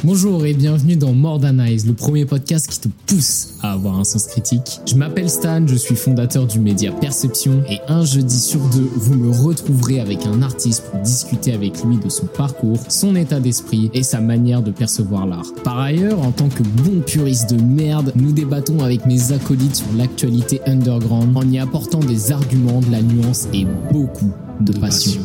Bonjour et bienvenue dans More Than Eyes, le premier podcast qui te pousse à avoir un sens critique. Je m'appelle Stan, je suis fondateur du média Perception et un jeudi sur deux, vous me retrouverez avec un artiste pour discuter avec lui de son parcours, son état d'esprit et sa manière de percevoir l'art. Par ailleurs, en tant que bon puriste de merde, nous débattons avec mes acolytes sur l'actualité underground en y apportant des arguments, de la nuance et beaucoup de passion.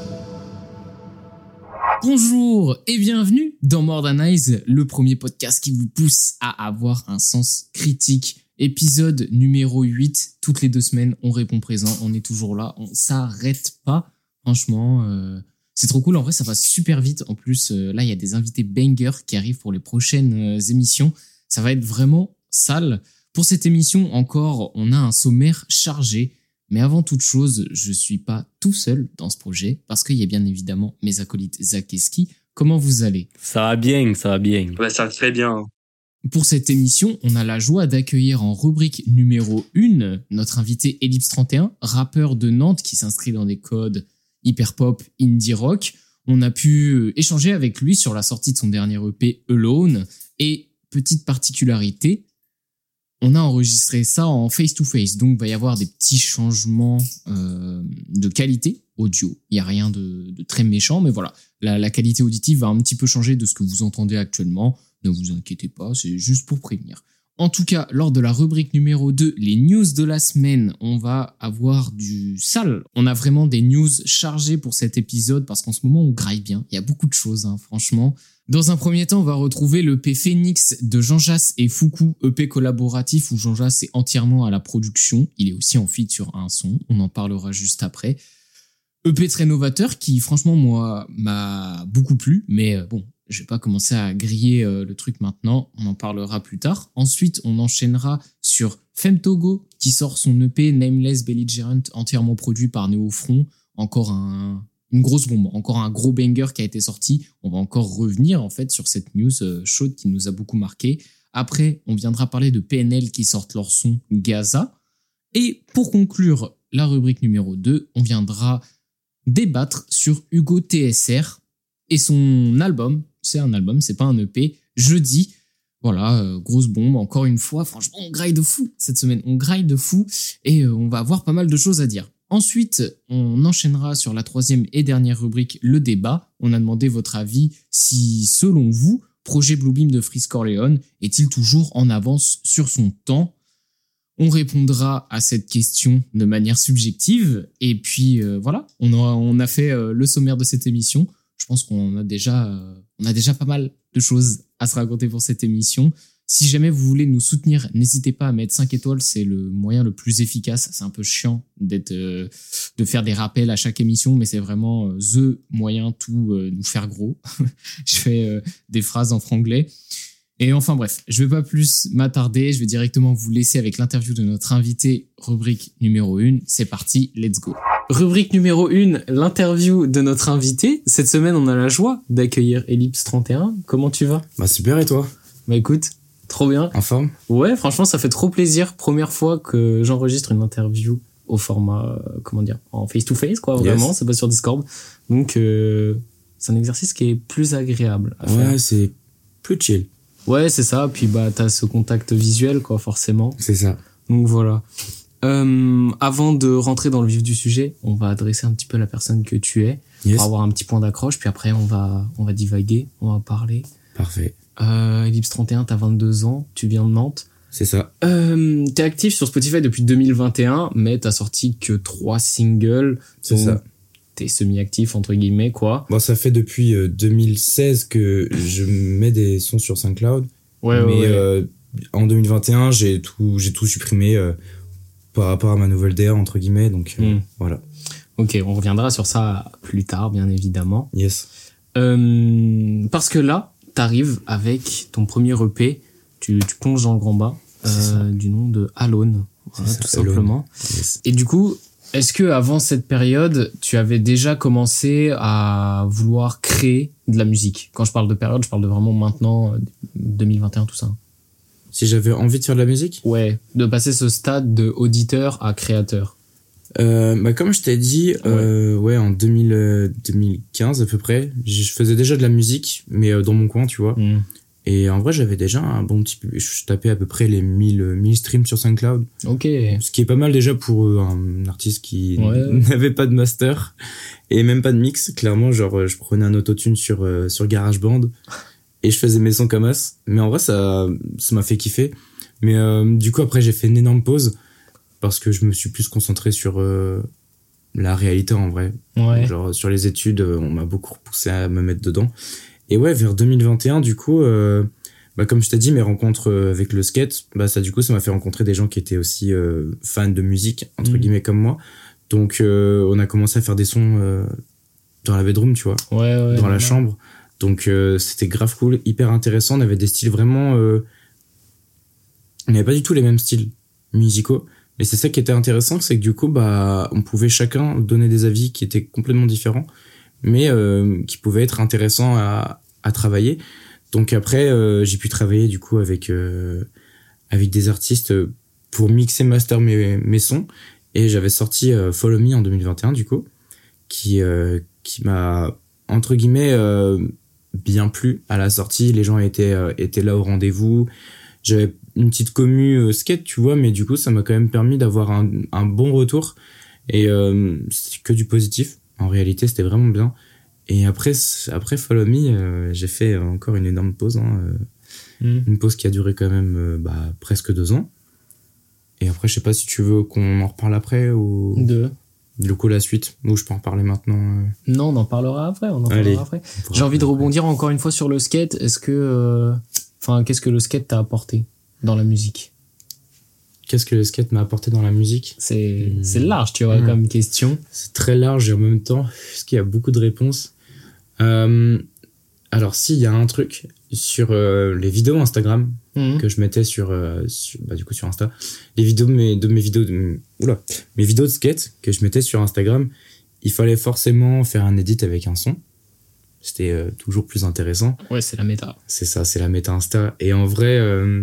Bonjour et bienvenue dans More Than Eyes, le premier podcast qui vous pousse à avoir un sens critique. Épisode numéro 8, toutes les 2 semaines, on répond présent, on est toujours là, on s'arrête pas. Franchement, c'est trop cool, en vrai ça va super vite. En plus, là il y a des invités bangers qui arrivent pour les prochaines émissions. Ça va être vraiment sale. Pour cette émission encore, on a un sommaire chargé. Mais avant toute chose, je suis pas tout seul dans ce projet parce qu'il y a bien évidemment mes acolytes Zach et Ski. Comment vous allez ? Ça va bien. Ouais, ça va très bien. Pour cette émission, on a la joie d'accueillir en rubrique numéro 1 notre invité Ellipse 31, rappeur de Nantes qui s'inscrit dans des codes hyper pop, indie rock. On a pu échanger avec lui sur la sortie de son dernier EP Alone et petite particularité, on a enregistré ça en face-to-face, donc il va y avoir des petits changements de qualité audio. Il n'y a rien de très méchant, mais voilà, la qualité auditive va un petit peu changer de ce que vous entendez actuellement. Ne vous inquiétez pas, c'est juste pour prévenir. En tout cas, lors de la rubrique numéro 2, les news de la semaine, on va avoir du sale. On a vraiment des news chargées pour cet épisode parce qu'en ce moment, on graille bien. Il y a beaucoup de choses, franchement. Dans un premier temps, on va retrouver l'EP Phoenix de Jean Jass et Foucault, EP collaboratif où Jean Jass est entièrement à la production. Il est aussi en feat sur un son, on en parlera juste après. EP très novateur qui, franchement, moi, m'a beaucoup plu, mais bon, je vais pas commencer à griller le truc maintenant, on en parlera plus tard. Ensuite, on enchaînera sur Femtogo qui sort son EP Nameless Belligerent entièrement produit par Néofront. Encore une grosse bombe, encore un gros banger qui a été sorti. On va encore revenir en fait sur cette news chaude qui nous a beaucoup marqué. Après, on viendra parler de PNL qui sortent leur son Gaza. Et pour conclure la rubrique numéro 2, on viendra débattre sur Hugo TSR et son album. C'est un album, c'est pas un EP. Jeudi, voilà, grosse bombe. Encore une fois, franchement, on graille de fou cette semaine. On graille de fou et on va avoir pas mal de choses à dire. Ensuite, on enchaînera sur la 3e et dernière rubrique, le débat. On a demandé votre avis si, selon vous, projet Bluebeam de Freeze Corleone est-il toujours en avance sur son temps ? On répondra à cette question de manière subjective. Et puis, voilà, on a fait le sommaire de cette émission. Je pense qu'on a déjà pas mal de choses à se raconter pour cette émission. Si jamais vous voulez nous soutenir, n'hésitez pas à mettre 5 étoiles, c'est le moyen le plus efficace. C'est un peu chiant de faire des rappels à chaque émission, mais c'est vraiment the moyen tout nous faire gros. Je fais des phrases en franglais. Et enfin bref, je vais pas plus m'attarder, je vais directement vous laisser avec l'interview de notre invité, rubrique numéro 1. C'est parti, let's go. Rubrique numéro 1, l'interview de notre invité. Cette semaine, on a la joie d'accueillir Ellipse 31. Comment tu vas ? Bah super, et toi ? Bah écoute, trop bien. En forme ? Ouais, franchement, ça fait trop plaisir. Première fois que j'enregistre une interview au format, en face-to-face, quoi, vraiment. Yes. C'est pas sur Discord. Donc, c'est un exercice qui est plus agréable à faire. Ouais, c'est plus chill. Ouais, c'est ça. Puis, bah, t'as ce contact visuel, quoi, forcément. C'est ça. Donc, voilà. Avant de rentrer dans le vif du sujet, on va adresser un petit peu la personne que tu es. Yes. Pour avoir un petit point d'accroche. Puis après, on va divaguer. On va parler. Parfait. Ellipse 31, t'as 22 ans. Tu viens de Nantes. C'est ça. T'es actif sur Spotify depuis 2021, mais t'as sorti que 3 singles. C'est ça. T'es semi-actif, entre guillemets, quoi. Bon, ça fait depuis 2016 que je mets des sons sur SoundCloud. Ouais. En 2021, j'ai tout supprimé par rapport à ma nouvelle DA, entre guillemets. Donc, voilà. Ok, on reviendra sur ça plus tard, bien évidemment. Yes. Parce que là, t'arrives avec ton premier EP. Tu plonges dans le grand bas, du nom de Alone, voilà, ça, tout simplement. Yes. Et du coup, est-ce que avant cette période, tu avais déjà commencé à vouloir créer de la musique ? Quand je parle de période, je parle de vraiment maintenant, 2021, tout ça. Si j'avais envie de faire de la musique ? Ouais, de passer ce stade de auditeur à créateur. Comme je t'ai dit, en 2015 à peu près, je faisais déjà de la musique, mais dans mon coin, tu vois. Et en vrai, j'avais déjà un bon petit... Je tapais à peu près les 1000 streams sur SoundCloud. Ok. Ce qui est pas mal déjà pour un artiste qui n'avait pas de master et même pas de mix. Clairement, genre, je prenais un autotune sur GarageBand et je faisais mes sons comme as. Mais en vrai, ça m'a fait kiffer. Mais du coup, après, j'ai fait une énorme pause parce que je me suis plus concentré sur la réalité en vrai. Ouais. Genre, sur les études, on m'a beaucoup poussé à me mettre dedans. Et ouais, vers 2021, du coup, comme je t'ai dit, mes rencontres avec le skate, ça m'a fait rencontrer des gens qui étaient aussi fans de musique, entre guillemets, comme moi. Donc, on a commencé à faire des sons dans la bedroom, tu vois, dans la chambre. Donc, c'était grave cool, hyper intéressant. On avait des styles vraiment... on n'avait pas du tout les mêmes styles musicaux. Et c'est ça qui était intéressant, c'est que du coup, on pouvait chacun donner des avis qui étaient complètement différents, mais qui pouvaient être intéressants à travailler. Donc après, j'ai pu travailler du coup avec des artistes pour mixer, master mes sons. Et j'avais sorti Follow Me en 2021 du coup, qui m'a entre guillemets bien plu à la sortie. Les gens étaient là au rendez-vous. J'avais une petite commu skate, tu vois, mais du coup, ça m'a quand même permis d'avoir un bon retour. Et c'était que du positif. En réalité, c'était vraiment bien. Et après Follow Me, j'ai fait encore une énorme pause. Une pause qui a duré quand même presque 2 ans. Et après, je sais pas si tu veux qu'on en reparle après ou... Du coup, la suite, ou je peux en parler maintenant Non, on en parlera après. J'ai envie de rebondir encore une fois sur le skate. Est-ce que... qu'est-ce que le skate t'a apporté dans la musique ? Qu'est-ce que le skate m'a apporté dans la musique ? C'est large, tu vois, comme question. C'est très large et en même temps, parce qu'il y a beaucoup de réponses. Alors, il y a un truc sur les vidéos Instagram que je mettais sur Insta. Les vidéos, mes vidéos de skate que je mettais sur Instagram, il fallait forcément faire un edit avec un son. C'était toujours plus intéressant. Ouais, c'est la méta. C'est ça, c'est la méta Insta. Et en vrai,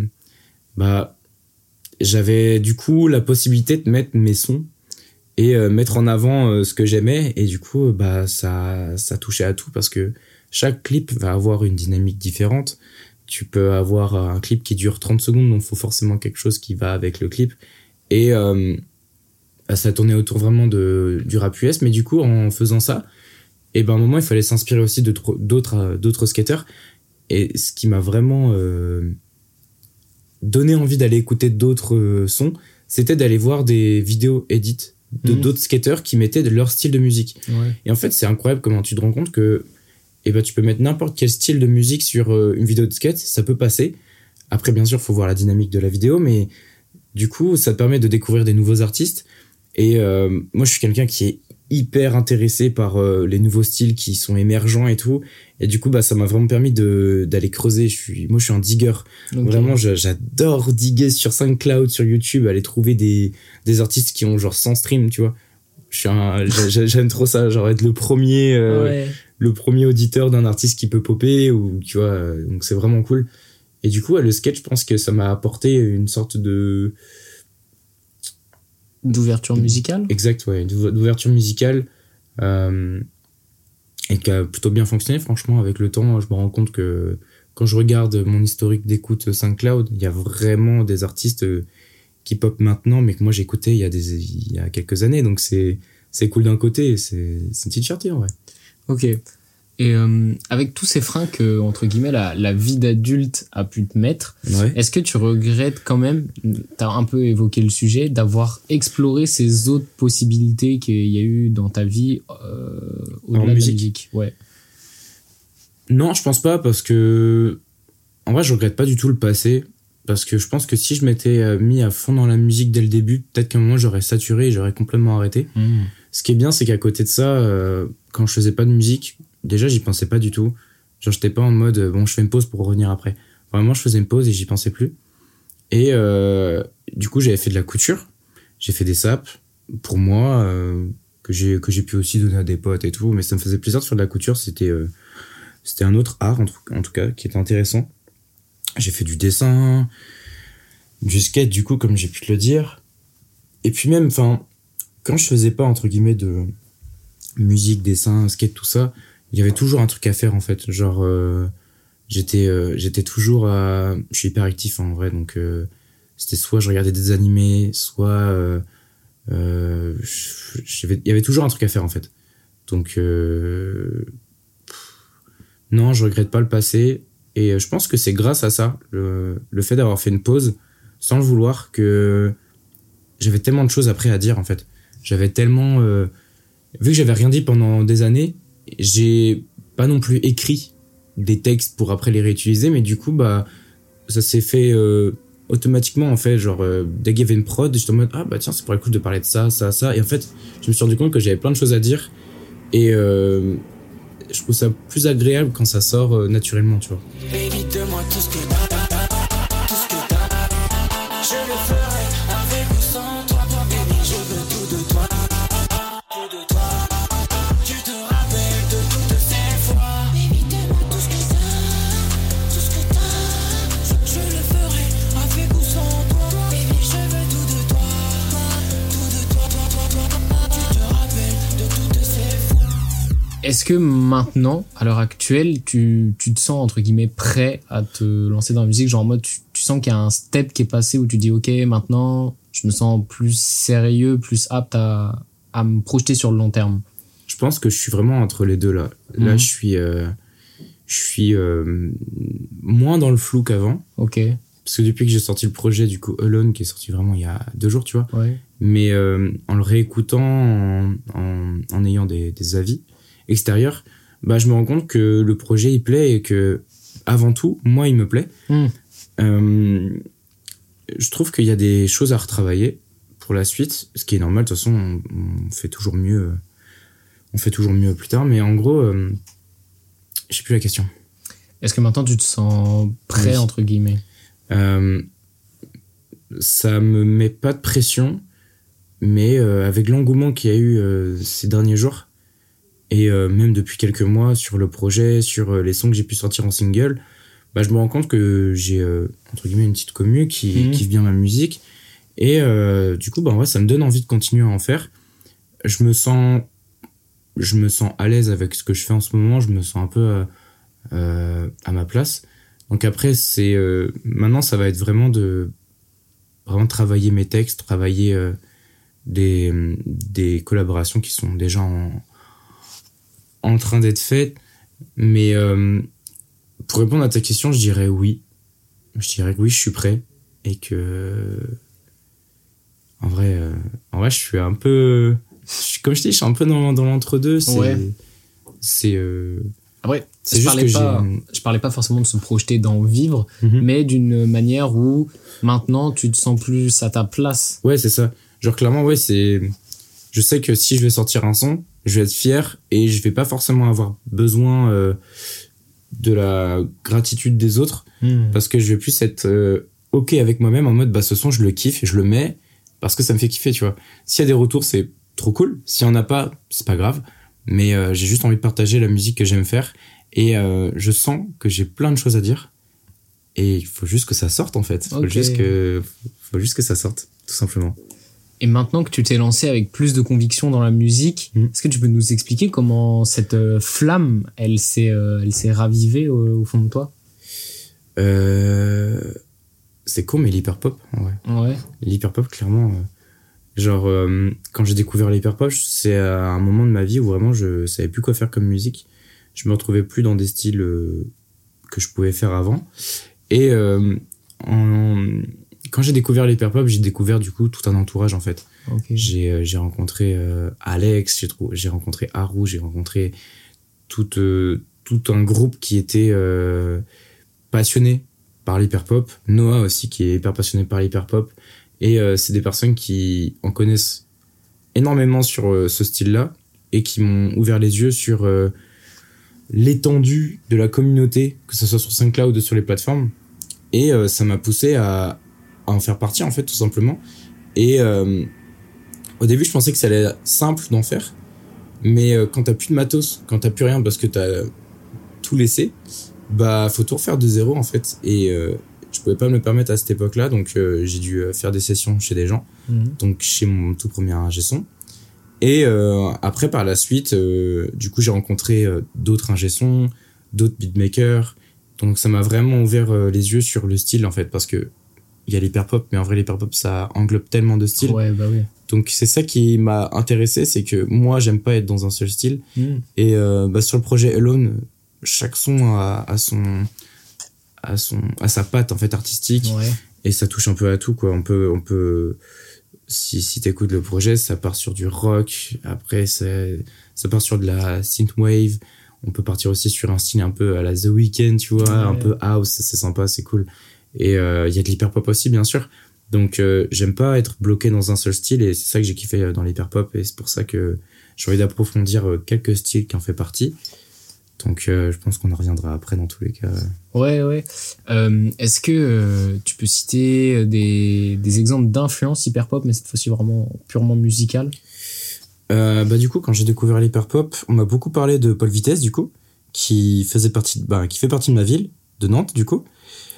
j'avais du coup la possibilité de mettre mes sons et mettre en avant ce que j'aimais. Et du coup, ça touchait à tout parce que chaque clip va avoir une dynamique différente. Tu peux avoir un clip qui dure 30 secondes, donc il faut forcément quelque chose qui va avec le clip. Et ça tournait autour vraiment du rap US. Mais du coup, en faisant ça, à un moment, il fallait s'inspirer aussi d'autres skateurs. Et ce qui m'a vraiment donné envie d'aller écouter d'autres sons, c'était d'aller voir des vidéos edit de d'autres skateurs qui mettaient de leur style de musique. Ouais. Et en fait, c'est incroyable comment tu te rends compte que tu peux mettre n'importe quel style de musique sur une vidéo de skate, ça peut passer. Après, bien sûr, il faut voir la dynamique de la vidéo, mais du coup, ça te permet de découvrir des nouveaux artistes. Et moi, je suis quelqu'un qui est hyper intéressé par les nouveaux styles qui sont émergents et tout. Et du coup, ça m'a vraiment permis d'aller creuser. Moi, je suis un digger. Okay. Vraiment, j'adore diguer sur SoundCloud, sur YouTube, aller trouver des artistes qui ont genre 100 streams, tu vois. J'aime trop ça, genre être le premier auditeur d'un artiste qui peut popper, ou tu vois, donc c'est vraiment cool. Et du coup, le skate, je pense que ça m'a apporté une sorte d'ouverture musicale. Exact, ouais, d'ouverture musicale et qui a plutôt bien fonctionné. Franchement, avec le temps, je me rends compte que quand je regarde mon historique d'écoute SoundCloud, il y a vraiment des artistes qui pop maintenant, mais que moi j'écoutais il y a quelques années. Donc c'est cool d'un côté, c'est une petite fierté en vrai. Ok. Et avec tous ces freins que, entre guillemets, la vie d'adulte a pu te mettre, est-ce que tu regrettes quand même, t'as un peu évoqué le sujet, d'avoir exploré ces autres possibilités qu'il y a eu dans ta vie au-delà de la musique ? Ouais. Non, je pense pas, parce que en vrai, je regrette pas du tout le passé, parce que je pense que si je m'étais mis à fond dans la musique dès le début, peut-être qu'à un moment j'aurais saturé et j'aurais complètement arrêté. Ce qui est bien, c'est qu'à côté de ça, quand je faisais pas de musique, déjà, j'y pensais pas du tout. Genre, j'étais pas en mode, je fais une pause pour revenir après. Vraiment, je faisais une pause et j'y pensais plus. Et du coup, j'avais fait de la couture. J'ai fait des sapes pour moi, que j'ai pu aussi donner à des potes et tout. Mais ça me faisait plaisir de faire de la couture. C'était un autre art, en tout cas, qui était intéressant. J'ai fait du dessin, du skate, du coup, comme j'ai pu te le dire. Et puis même, quand je faisais pas, entre guillemets, de musique, dessin, skate, tout ça, il y avait toujours un truc à faire, en fait. Genre, j'étais toujours à... Je suis hyper actif, en vrai, donc c'était soit je regardais des animés, soit... il y avait toujours un truc à faire, en fait. Donc, non, je regrette pas le passé. Et je pense que c'est grâce à ça, le fait d'avoir fait une pause, sans le vouloir, que j'avais tellement de choses après à dire, en fait. J'avais tellement... vu que j'avais rien dit pendant des années, j'ai pas non plus écrit des textes pour après les réutiliser, mais du coup, bah, ça s'est fait automatiquement, en fait. Genre, dès qu'il y avait une prod, j'étais en mode, ah bah tiens, c'est pour le coup de parler de ça, ça, ça. Et en fait, je me suis rendu compte que j'avais plein de choses à dire. Et je trouve ça plus agréable quand ça sort naturellement, tu vois. Baby, donne-moi tout ce que t'as, tout ce que t'as. Je le ferai avec ou sans toi, baby, je veux tout de toi, tout de toi. Tu te rappelles de toutes ces fois. Baby, donne-moi tout ce que t'as, tout ce que t'as. Je le ferai avec ou sans toi, baby, je veux tout de toi, toi. Tu te rappelles de toutes ces fois. Est-ce que maintenant, à l'heure actuelle, tu te sens, entre guillemets, prêt à te lancer dans la musique? Genre en mode, tu sens qu'il y a un step qui est passé où tu dis, ok, maintenant, je me sens plus sérieux, plus apte à me projeter sur le long terme. Je pense que je suis vraiment entre les deux, là. Là, je suis moins dans le flou qu'avant. Ok. Parce que depuis que j'ai sorti le projet, du coup, Alone, qui est sorti vraiment il y a 2 jours, tu vois. Ouais. Mais en le réécoutant, en ayant des avis extérieurs, bah, je me rends compte que le projet, il plaît et que, avant tout, moi, il me plaît. Je trouve qu'il y a des choses à retravailler pour la suite, ce qui est normal. De toute façon, on fait toujours mieux. On fait toujours mieux plus tard. Mais en gros, je sais plus la question. Est-ce que maintenant, tu te sens prêt, Oui. entre guillemets? Ça me met pas de pression, mais avec l'engouement qu'il y a eu ces derniers jours, et même depuis quelques mois sur le projet, sur les sons que j'ai pu sortir en single, bah, je me rends compte que j'ai entre guillemets une petite commu qui kiffe bien ma musique, et du coup, bah, en vrai, ça me donne envie de continuer à en faire. Je me sens à l'aise avec ce que je fais en ce moment, je me sens un peu à ma place. Donc après, c'est maintenant, ça va être vraiment de travailler mes textes, travailler des collaborations qui sont déjà en train d'être faites. Mais pour répondre à ta question, je dirais oui. Je dirais que oui, je suis prêt. Et que en vrai, je suis un peu... Comme je dis, je suis un peu dans l'entre-deux. Après, C'est je juste parlais pas forcément de se projeter dans vivre, mais d'une manière où maintenant tu te sens plus à ta place. Ouais, c'est ça. Genre clairement, ouais, je sais que si je vais sortir un son, je vais être fier et je vais pas forcément avoir besoin de la gratitude des autres, parce que je vais plus être ok avec moi-même en mode, bah, ce son, je le kiffe et je le mets parce que ça me fait kiffer, tu vois. S'il y a des retours, c'est trop cool. S'il y en a pas, c'est pas grave. Mais j'ai juste envie de partager la musique que j'aime faire, et je sens que j'ai plein de choses à dire, et il faut juste que ça sorte, en fait. Faut juste que ça sorte, tout simplement. Et maintenant que tu t'es lancé avec plus de conviction dans la musique, est-ce que tu peux nous expliquer comment cette flamme, elle s'est ravivée au fond de toi? C'est con, mais l'hyperpop, en vrai. Ouais. L'hyperpop, clairement... Genre, quand j'ai découvert l'hyperpop, c'est à un moment de ma vie où vraiment je savais plus quoi faire comme musique. Je me retrouvais plus dans des styles que je pouvais faire avant. Et quand j'ai découvert l'hyperpop, j'ai découvert du coup tout un entourage, en fait. Okay. J'ai rencontré Alex, j'ai rencontré Haru, j'ai rencontré tout un groupe qui était passionné par l'hyperpop. Noah aussi, qui est hyper passionné par l'hyperpop. Et c'est des personnes qui en connaissent énormément sur ce style-là, et qui m'ont ouvert les yeux sur l'étendue de la communauté, que ce soit sur SoundCloud ou sur les plateformes. Et ça m'a poussé à en faire partie, en fait, tout simplement. Et au début, je pensais que ça allait être simple d'en faire. Mais quand t'as plus de matos, quand t'as plus rien parce que t'as tout laissé, bah faut tout refaire de zéro, en fait. Et je pouvais pas me le permettre à cette époque-là, donc j'ai dû faire des sessions chez des gens, donc chez mon tout premier ingé son. Et après, par la suite, du coup, j'ai rencontré d'autres ingé-sons, d'autres beatmakers. Donc, ça m'a vraiment ouvert les yeux sur le style, en fait, parce que il y a l'hyperpop, mais en vrai, l'hyperpop, ça englobe tellement de styles. Ouais, bah oui. Donc, c'est ça qui m'a intéressé, c'est que moi, j'aime pas être dans un seul style. Et sur le projet Alone, chaque son a sa patte, en fait, artistique. Ouais. Et ça touche un peu à tout, quoi. On peut, si t'écoutes le projet, ça part sur du rock. Après, ça part sur de la synthwave. On peut partir aussi sur un style un peu à la The Weeknd, tu vois, un peu house, c'est sympa, c'est cool. Et il y a de l'hyperpop aussi, bien sûr. Donc, j'aime pas être bloqué dans un seul style, et c'est ça que j'ai kiffé dans l'hyperpop, et c'est pour ça que j'ai envie d'approfondir quelques styles qui en fait partie. Donc, je pense qu'on en reviendra après dans tous les cas. Ouais. Est-ce que tu peux citer des exemples d'influence hyperpop, mais cette fois-ci vraiment purement musicale? Du coup, quand j'ai découvert l'hyperpop, on m'a beaucoup parlé de Paul Vitesse, du coup, qui fait partie de ma ville, de Nantes, du coup,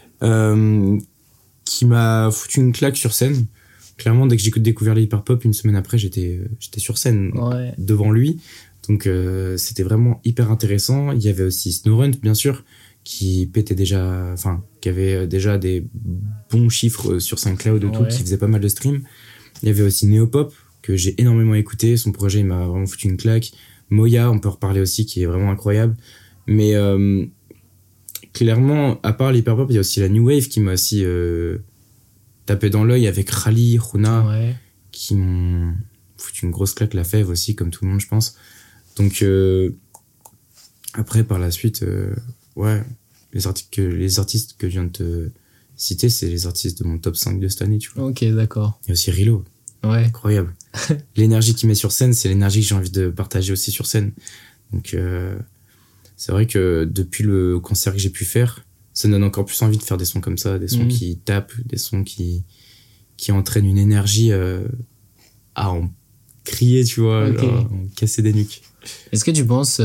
qui m'a foutu une claque sur scène. Clairement, dès que j'ai découvert l'hyperpop, une semaine après, j'étais sur scène devant lui. Donc, c'était vraiment hyper intéressant. Il y avait aussi Snorunt, bien sûr, qui avait déjà des bons chiffres sur SoundCloud et tout, qui faisait pas mal de streams. Il y avait aussi Neopop, que j'ai énormément écouté. Son projet, il m'a vraiment foutu une claque. Moya, on peut reparler aussi, qui est vraiment incroyable. Mais clairement, à part l'hyperpop, il y a aussi la New Wave qui m'a aussi tapé dans l'œil avec Rally, Runa, qui m'ont foutu une grosse claque. La Fève aussi, comme tout le monde, je pense. Donc, après, par la suite, les artistes que je viens de te citer, c'est les artistes de mon top 5 de cette année, tu vois. Ok, d'accord. Il y a aussi Rilo. Ouais. Incroyable. L'énergie qu'il met sur scène, c'est l'énergie que j'ai envie de partager aussi sur scène. Donc, c'est vrai que depuis le concert que j'ai pu faire, ça me donne encore plus envie de faire des sons comme ça, des sons qui tapent, des sons qui entraînent une énergie à en crier, tu vois, genre, casser des nuques. Est-ce que tu penses,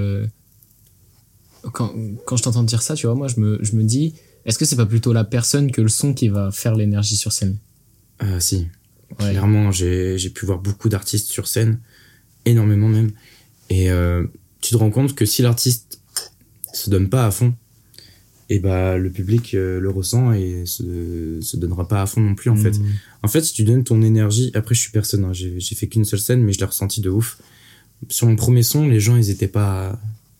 quand je t'entends dire ça, tu vois, moi je me dis, est-ce que c'est pas plutôt la personne que le son qui va faire l'énergie sur scène? Si. Ouais. Clairement, j'ai pu voir beaucoup d'artistes sur scène, énormément même. Et tu te rends compte que si l'artiste se donne pas à fond, et le public le ressent et se donnera pas à fond non plus, en fait. En fait, si tu donnes ton énergie, après je suis personne, hein, j'ai fait qu'une seule scène, mais je l'ai ressenti de ouf. Sur mon premier son, les gens, ils étaient pas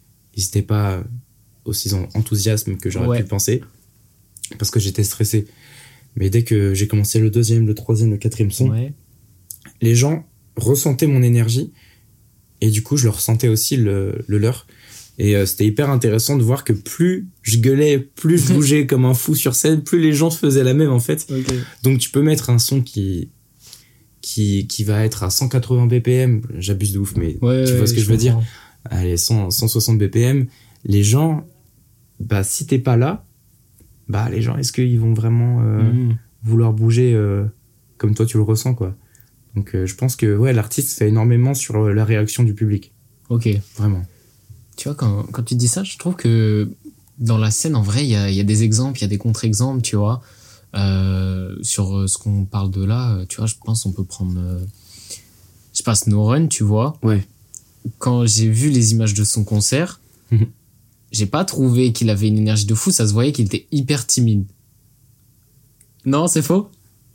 aussi enthousiastes que j'aurais pu le penser, parce que j'étais stressé. Mais dès que j'ai commencé le deuxième, le troisième, le quatrième son, les gens ressentaient mon énergie, et du coup, je le ressentais aussi le leur. Et c'était hyper intéressant de voir que plus je gueulais, plus je bougeais comme un fou sur scène, plus les gens se faisaient la même, en fait. Donc, tu peux mettre un son qui va être à 180 BPM, j'abuse de ouf, mais tu vois ce que je veux dire. Allez, 160 BPM. Les gens, si t'es pas là, les gens, est-ce qu'ils vont vraiment vouloir bouger comme toi tu le ressens, quoi. Donc, je pense que l'artiste fait énormément sur la réaction du public. Ok. Vraiment. Tu vois, quand tu dis ça, je trouve que dans la scène, en vrai, il y a des exemples, il y a des contre-exemples, tu vois. Sur ce qu'on parle de là, tu vois, je pense on peut prendre Snorunt, tu vois. Quand j'ai vu les images de son concert, j'ai pas trouvé qu'il avait une énergie de fou, ça se voyait qu'il était hyper timide. Non, c'est faux?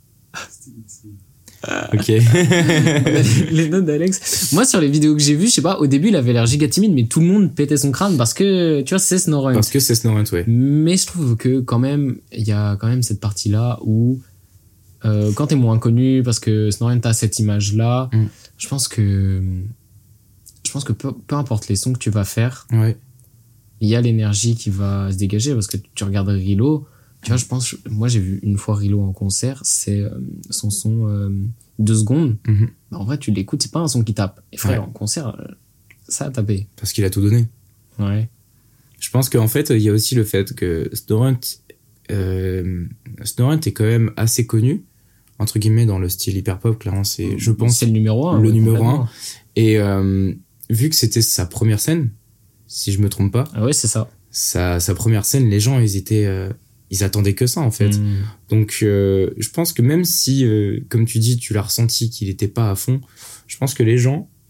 Ok. Les notes d'Alex. Moi, sur les vidéos que j'ai vues, je sais pas, au début, il avait l'air giga timide, mais tout le monde pétait son crâne parce que, tu vois, c'est Snorunt. Parce que c'est Snorunt, ouais. Mais je trouve que, quand même, il y a quand même cette partie-là où, quand t'es moins connu, parce que Snorunt a cette image-là, je pense que peu importe les sons que tu vas faire, il y a l'énergie qui va se dégager, parce que tu regardes Rilo, tu vois, moi j'ai vu une fois Rilo en concert, c'est son son 2 secondes. En vrai, tu l'écoutes, c'est pas un son qui tape. Et frère, en concert, ça a tapé. Parce qu'il a tout donné. Je pense qu'en fait, il y a aussi le fait que Snorunt est quand même assez connu, entre guillemets, dans le style hyperpop. Clairement, je pense, c'est le numéro 1. Le numéro 1. Et vu que c'était sa première scène, si je me trompe pas. Ah ouais, c'est ça. Sa première scène, les gens, ils attendaient que ça, en fait. Donc, je pense que même si, comme tu dis, tu l'as ressenti qu'il était pas à fond, je pense que les gens,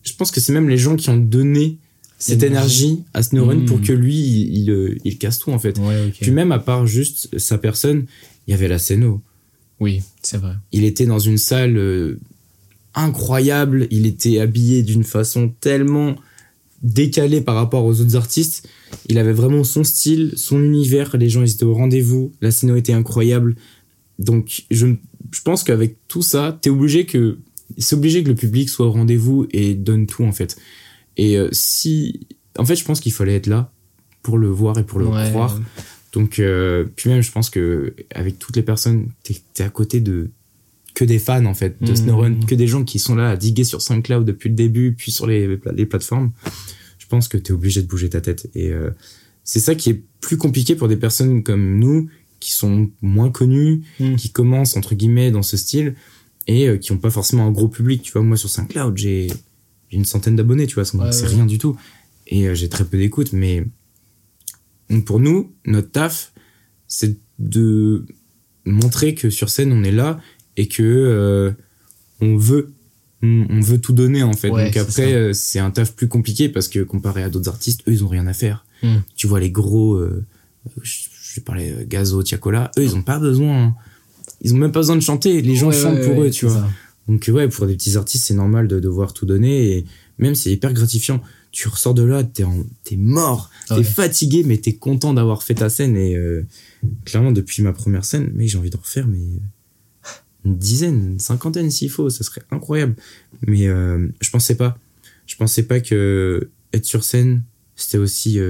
je pense que c'est même les gens qui ont donné cette énergie à Snowrun pour que lui, il casse tout, en fait. Ouais, ok. Puis même, à part juste sa personne, il y avait la scéno. Oui, c'est vrai. Il était dans une salle incroyable. Il était habillé d'une façon tellement décalée par rapport aux autres artistes. Il avait vraiment son style, son univers. Les gens, ils étaient au rendez-vous. La scéno était incroyable. Donc, je pense qu'avec tout ça, c'est obligé que le public soit au rendez-vous et donne tout, en fait. Et en fait, je pense qu'il fallait être là pour le voir et pour le croire. Donc, puis même, je pense que avec toutes les personnes, t'es à côté de que des fans, en fait, de Snowrun, que des gens qui sont là à diguer sur SoundCloud depuis le début, puis sur les plateformes. Je pense que t'es obligé de bouger ta tête. Et c'est ça qui est plus compliqué pour des personnes comme nous, qui sont moins connues, qui commencent, entre guillemets, dans ce style, et qui n'ont pas forcément un gros public. Tu vois, moi, sur SoundCloud, j'ai une centaine d'abonnés, tu vois, c'est rien du tout. Et j'ai très peu d'écoute, mais donc pour nous, notre taf, c'est de montrer que sur scène, on est là et que on veut tout donner, en fait. Donc après, c'est un taf plus compliqué parce que comparé à d'autres artistes, eux, ils ont rien à faire. Tu vois, les gros, je vais parler Gazo, Tiakola, eux, ils ont pas besoin, hein. Ils ont même pas besoin de chanter, les gens chantent pour eux, tu vois. Ça. Donc ouais, pour des petits artistes, c'est normal de devoir tout donner, et même c'est hyper gratifiant. Tu ressors de là, t'es mort, t'es fatigué, mais t'es content d'avoir fait ta scène. Et clairement, depuis ma première scène, mais j'ai envie de refaire une dizaine, une cinquantaine s'il faut, ça serait incroyable. Mais je pensais pas que être sur scène, c'était aussi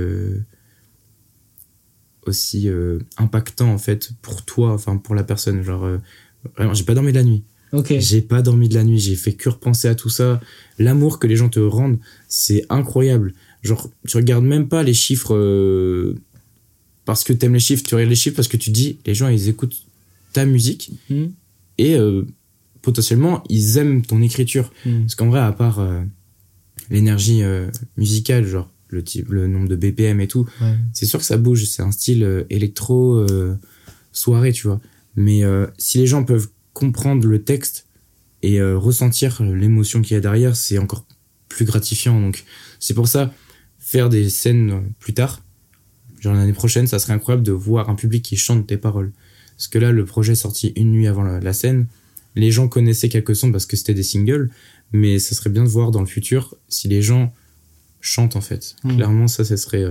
impactant, en fait, pour toi, enfin pour la personne. Genre vraiment, j'ai pas dormi de la nuit. J'ai pas dormi de la nuit, j'ai fait que repenser à tout ça. L'amour que les gens te rendent, c'est incroyable. Genre, tu regardes même pas les chiffres parce que t'aimes les chiffres, tu regardes les chiffres parce que tu dis, les gens, ils écoutent ta musique et potentiellement, ils aiment ton écriture. Parce qu'en vrai, à part l'énergie musicale, genre le nombre de BPM et tout, c'est sûr que ça bouge, c'est un style électro soirée, tu vois. Mais si les gens peuvent comprendre le texte et ressentir l'émotion qu'il y a derrière, c'est encore plus gratifiant. Donc c'est pour ça, faire des scènes plus tard, genre l'année prochaine, ça serait incroyable de voir un public qui chante tes paroles. Parce que là, le projet est sorti une nuit avant la scène, les gens connaissaient quelques sons parce que c'était des singles, mais ça serait bien de voir dans le futur si les gens chantent, en fait. Clairement, ça serait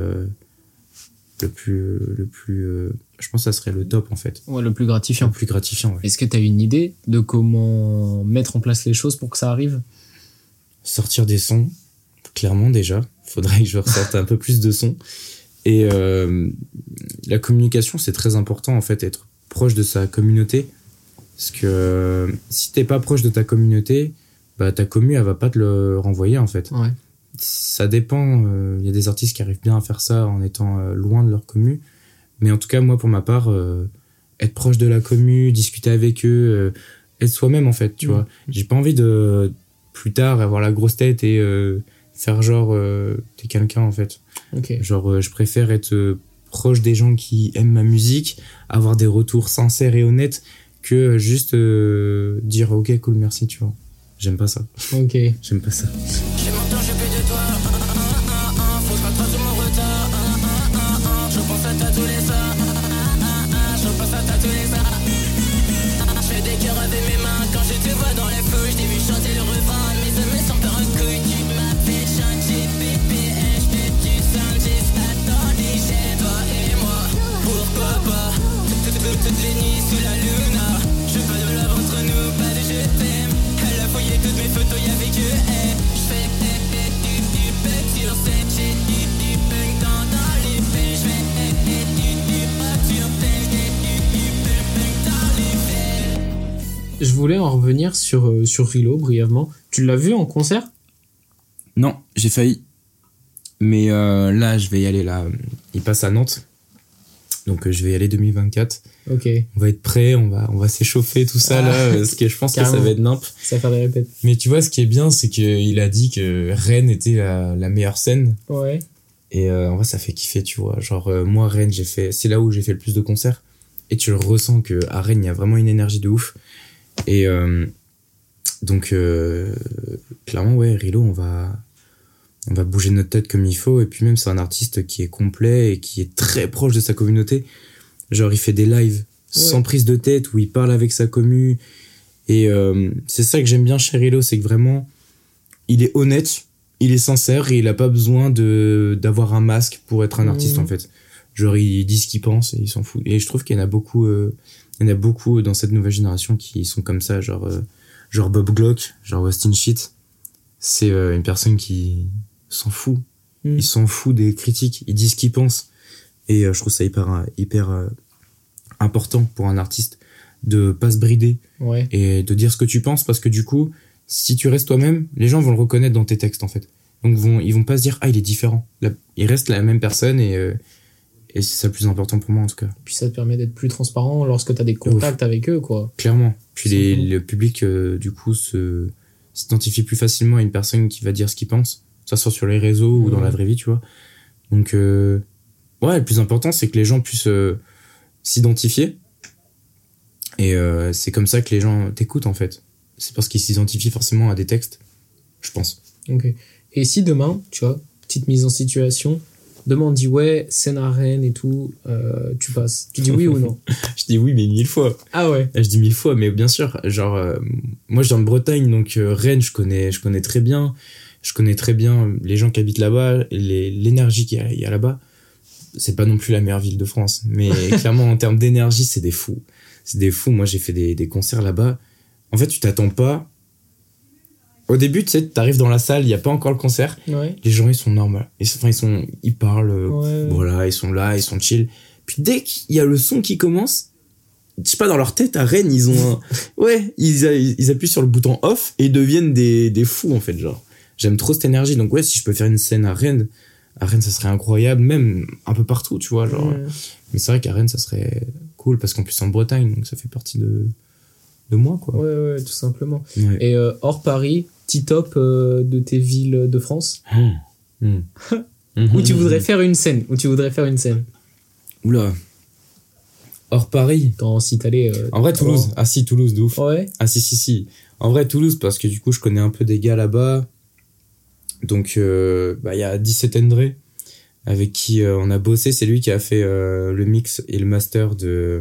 le plus je pense que ça serait le top, en fait. Ouais, le plus gratifiant. Le plus gratifiant, ouais. Est-ce que tu as une idée de comment mettre en place les choses pour que ça arrive ? Sortir des sons, clairement, déjà. Faudrait que je ressorte un peu plus de sons. Et la communication, c'est très important, en fait, être proche de sa communauté. Parce que si t'es pas proche de ta communauté, bah ta commu, elle va pas te le renvoyer, en fait. Ouais. Ça dépend. Il y a des artistes qui arrivent bien à faire ça en étant loin de leur commu. Mais en tout cas, moi, pour ma part, être proche de la commu, discuter avec eux, être soi-même, en fait, tu vois. J'ai pas envie de, plus tard, avoir la grosse tête et faire genre, t'es quelqu'un, en fait. Genre, je préfère être proche des gens qui aiment ma musique, avoir des retours sincères et honnêtes, que juste dire, ok, cool, merci, tu vois. J'aime pas ça. J'aime pas ça. J'ai mon temps, j'ai plus de toi. Faut que je rattrape tout mon retard. Je pense à toi tous les soirs. Je pense à toi tous les soirs. Je fais des cœurs avec mes mains. Quand je te vois dans les flots, je t'ai vu chanter le refrain. Mes amis sont peur un couille. Tu m'as fait changer bébé. Je fais du sound jusqu'à ton lit. J'ai toi et moi. Pourquoi pas toutes les nuits sous la luna. Je veux pas de love entre nous, pas de je t'aime. Elle a fouillé toutes mes photos, y'avait que elle. Je fais du punk sur scène. J'ai du punk dans les faits. Je fais du punk sur scène. J'ai du punk dans les faits. Je voulais en revenir sur Rilo brièvement. Tu l'as vu en concert ? Non, j'ai failli. Mais là, je vais y aller. Là, il passe à Nantes. Donc je vais y aller 2024. On va être prêt, on va s'échauffer, tout ça là, parce que je pense que ça va être nimp. Ça va faire des répètes. Mais tu vois, ce qui est bien, c'est qu'il a dit que Rennes était la meilleure scène. Ouais. Et en vrai, ça fait kiffer, tu vois. Genre, moi, Rennes, c'est là où j'ai fait le plus de concerts. Et tu le ressens qu'à Rennes, il y a vraiment une énergie de ouf. Et Donc, clairement, ouais, Rilo, on va bouger notre tête comme il faut. Et puis même, c'est un artiste qui est complet et qui est très proche de sa communauté. Genre, il fait des lives sans prise de tête où il parle avec sa commu. Et c'est ça que j'aime bien chez Rilo, c'est que vraiment, il est honnête, il est sincère et il a pas besoin d'avoir un masque pour être un artiste, en fait. Genre, il dit ce qu'il pense et il s'en fout. Et je trouve qu'il y en a beaucoup, dans cette nouvelle génération qui sont comme ça, genre Bob Glock, genre Austin Shit. C'est une personne qui s'en fout. Il s'en fout des critiques, il dit ce qu'il pense. Et je trouve ça hyper important pour un artiste de pas se brider et de dire ce que tu penses, parce que du coup, si tu restes toi-même, les gens vont le reconnaître dans tes textes, en fait. Donc ils vont pas se dire il est différent. Là, il reste la même personne et c'est ça le plus important pour moi, en tout cas. Puis ça te permet d'être plus transparent lorsque t'as des contacts avec eux, quoi. Clairement. Puis le public, du coup, s'identifie plus facilement à une personne qui va dire ce qu'il pense, que ce soit sur les réseaux ou dans la vraie vie, tu vois. Donc, le plus important, c'est que les gens puissent s'identifier. Et c'est comme ça que les gens t'écoutent, en fait. C'est parce qu'ils s'identifient forcément à des textes, je pense. Ok. Et si demain, tu vois, petite mise en situation, demain on dit scène à Rennes et tout, tu passes. Tu dis oui ou non? Je dis oui, mais 1000 fois. Ah ouais. Je dis 1000 fois, mais bien sûr. Genre, moi je viens de Bretagne, donc Rennes, je connais très bien. Je connais très bien les gens qui habitent là-bas, l'énergie qu'il y a là-bas. C'est pas non plus la meilleure ville de France, mais clairement en termes d'énergie, c'est des fous. C'est des fous. Moi j'ai fait des concerts là-bas. En fait, tu t'attends pas. Au début, tu sais, t'arrives dans la salle, il y a pas encore le concert. Ouais. Les gens, ils sont normaux. Ils parlent, voilà, ils sont là, ils sont chill. Puis dès qu'il y a le son qui commence, je sais pas, dans leur tête, à Rennes, ils ont ils appuient sur le bouton off et ils deviennent des fous, en fait, genre. J'aime trop cette énergie. Donc si je peux faire une scène à Rennes, ça serait incroyable, même un peu partout, tu vois, genre. Mais c'est vrai qu'à Rennes, ça serait cool parce qu'en plus, c'est en Bretagne, donc ça fait partie de moi, quoi. Ouais, tout simplement. Ouais. Et hors Paris, petit top de tes villes de France où tu voudrais faire une scène. Oula. Hors Paris. Si t'allais... en vrai, Toulouse. Ah si, Toulouse, de ouf. Ouais. Ah si. En vrai, Toulouse, parce que du coup, je connais un peu des gars là-bas. Donc, y a 17 André, avec qui on a bossé. C'est lui qui a fait le mix et le master de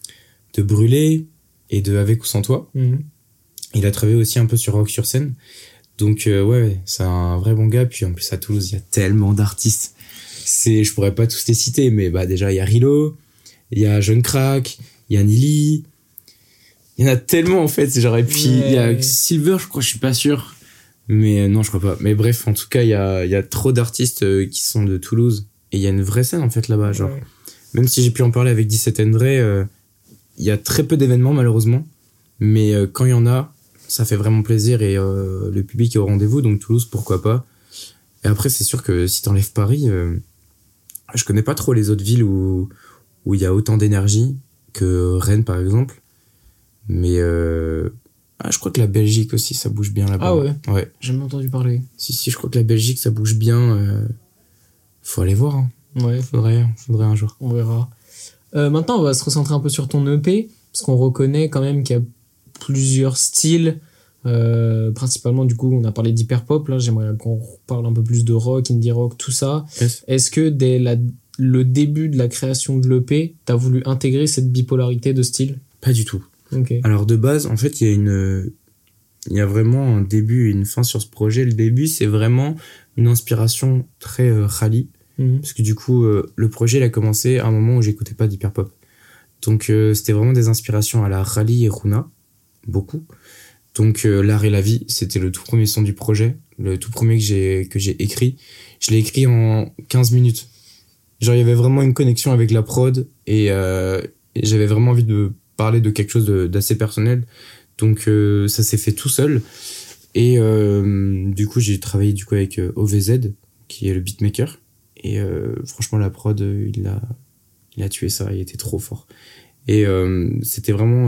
Brûlé et de Avec ou sans toi. Il a travaillé aussi un peu sur Rock sur scène. Donc c'est un vrai bon gars. Puis en plus à Toulouse, il y a tellement d'artistes. Je pourrais pas tous les citer, mais déjà il y a Rilo, il y a Jeune Crack, il y a Nili. Il y en a tellement, en fait. Genre, et puis il y a Silver, je crois, je suis pas sûr. Mais non, je crois pas. Mais bref, en tout cas, il y a trop d'artistes qui sont de Toulouse. Et il y a une vraie scène, en fait, là-bas. Genre, même si j'ai pu en parler avec 17 André, il y a très peu d'événements, malheureusement. Mais quand il y en a, ça fait vraiment plaisir et le public est au rendez-vous. Donc Toulouse, pourquoi pas. Et après, c'est sûr que si t'enlèves Paris, je connais pas trop les autres villes où il y a autant d'énergie que Rennes, par exemple. Mais je crois que la Belgique aussi, ça bouge bien là-bas. Ah ouais? Ouais. J'ai jamais entendu parler. Si, je crois que la Belgique, ça bouge bien. Faut aller voir. Hein. Ouais. Faudrait un jour. On verra. Maintenant, on va se recentrer un peu sur ton EP, parce qu'on reconnaît quand même qu'il y a plusieurs styles. Principalement, du coup, on a parlé d'hyperpop. Là, j'aimerais qu'on parle un peu plus de rock, indie rock, tout ça. Yes. Est-ce que dès le début de la création de l'EP, t'as voulu intégrer cette bipolarité de style? Pas du tout. Okay. Alors de base, en fait, il y a vraiment un début et une fin sur ce projet. Le début, c'est vraiment une inspiration très rallye, parce que du coup, le projet il a commencé à un moment où j'écoutais pas d'hyperpop. Donc c'était vraiment des inspirations à la rallye et Runa, beaucoup. Donc L'art et la vie, c'était le tout premier son du projet, le tout premier que j'ai écrit. Je l'ai écrit en 15 minutes. Genre il y avait vraiment une connexion avec la prod et j'avais vraiment envie de parler de quelque chose d'assez personnel. Donc ça s'est fait tout seul. Et du coup, j'ai travaillé avec OVZ, qui est le beatmaker. Et franchement, la prod, il a tué ça, il était trop fort. Et c'était vraiment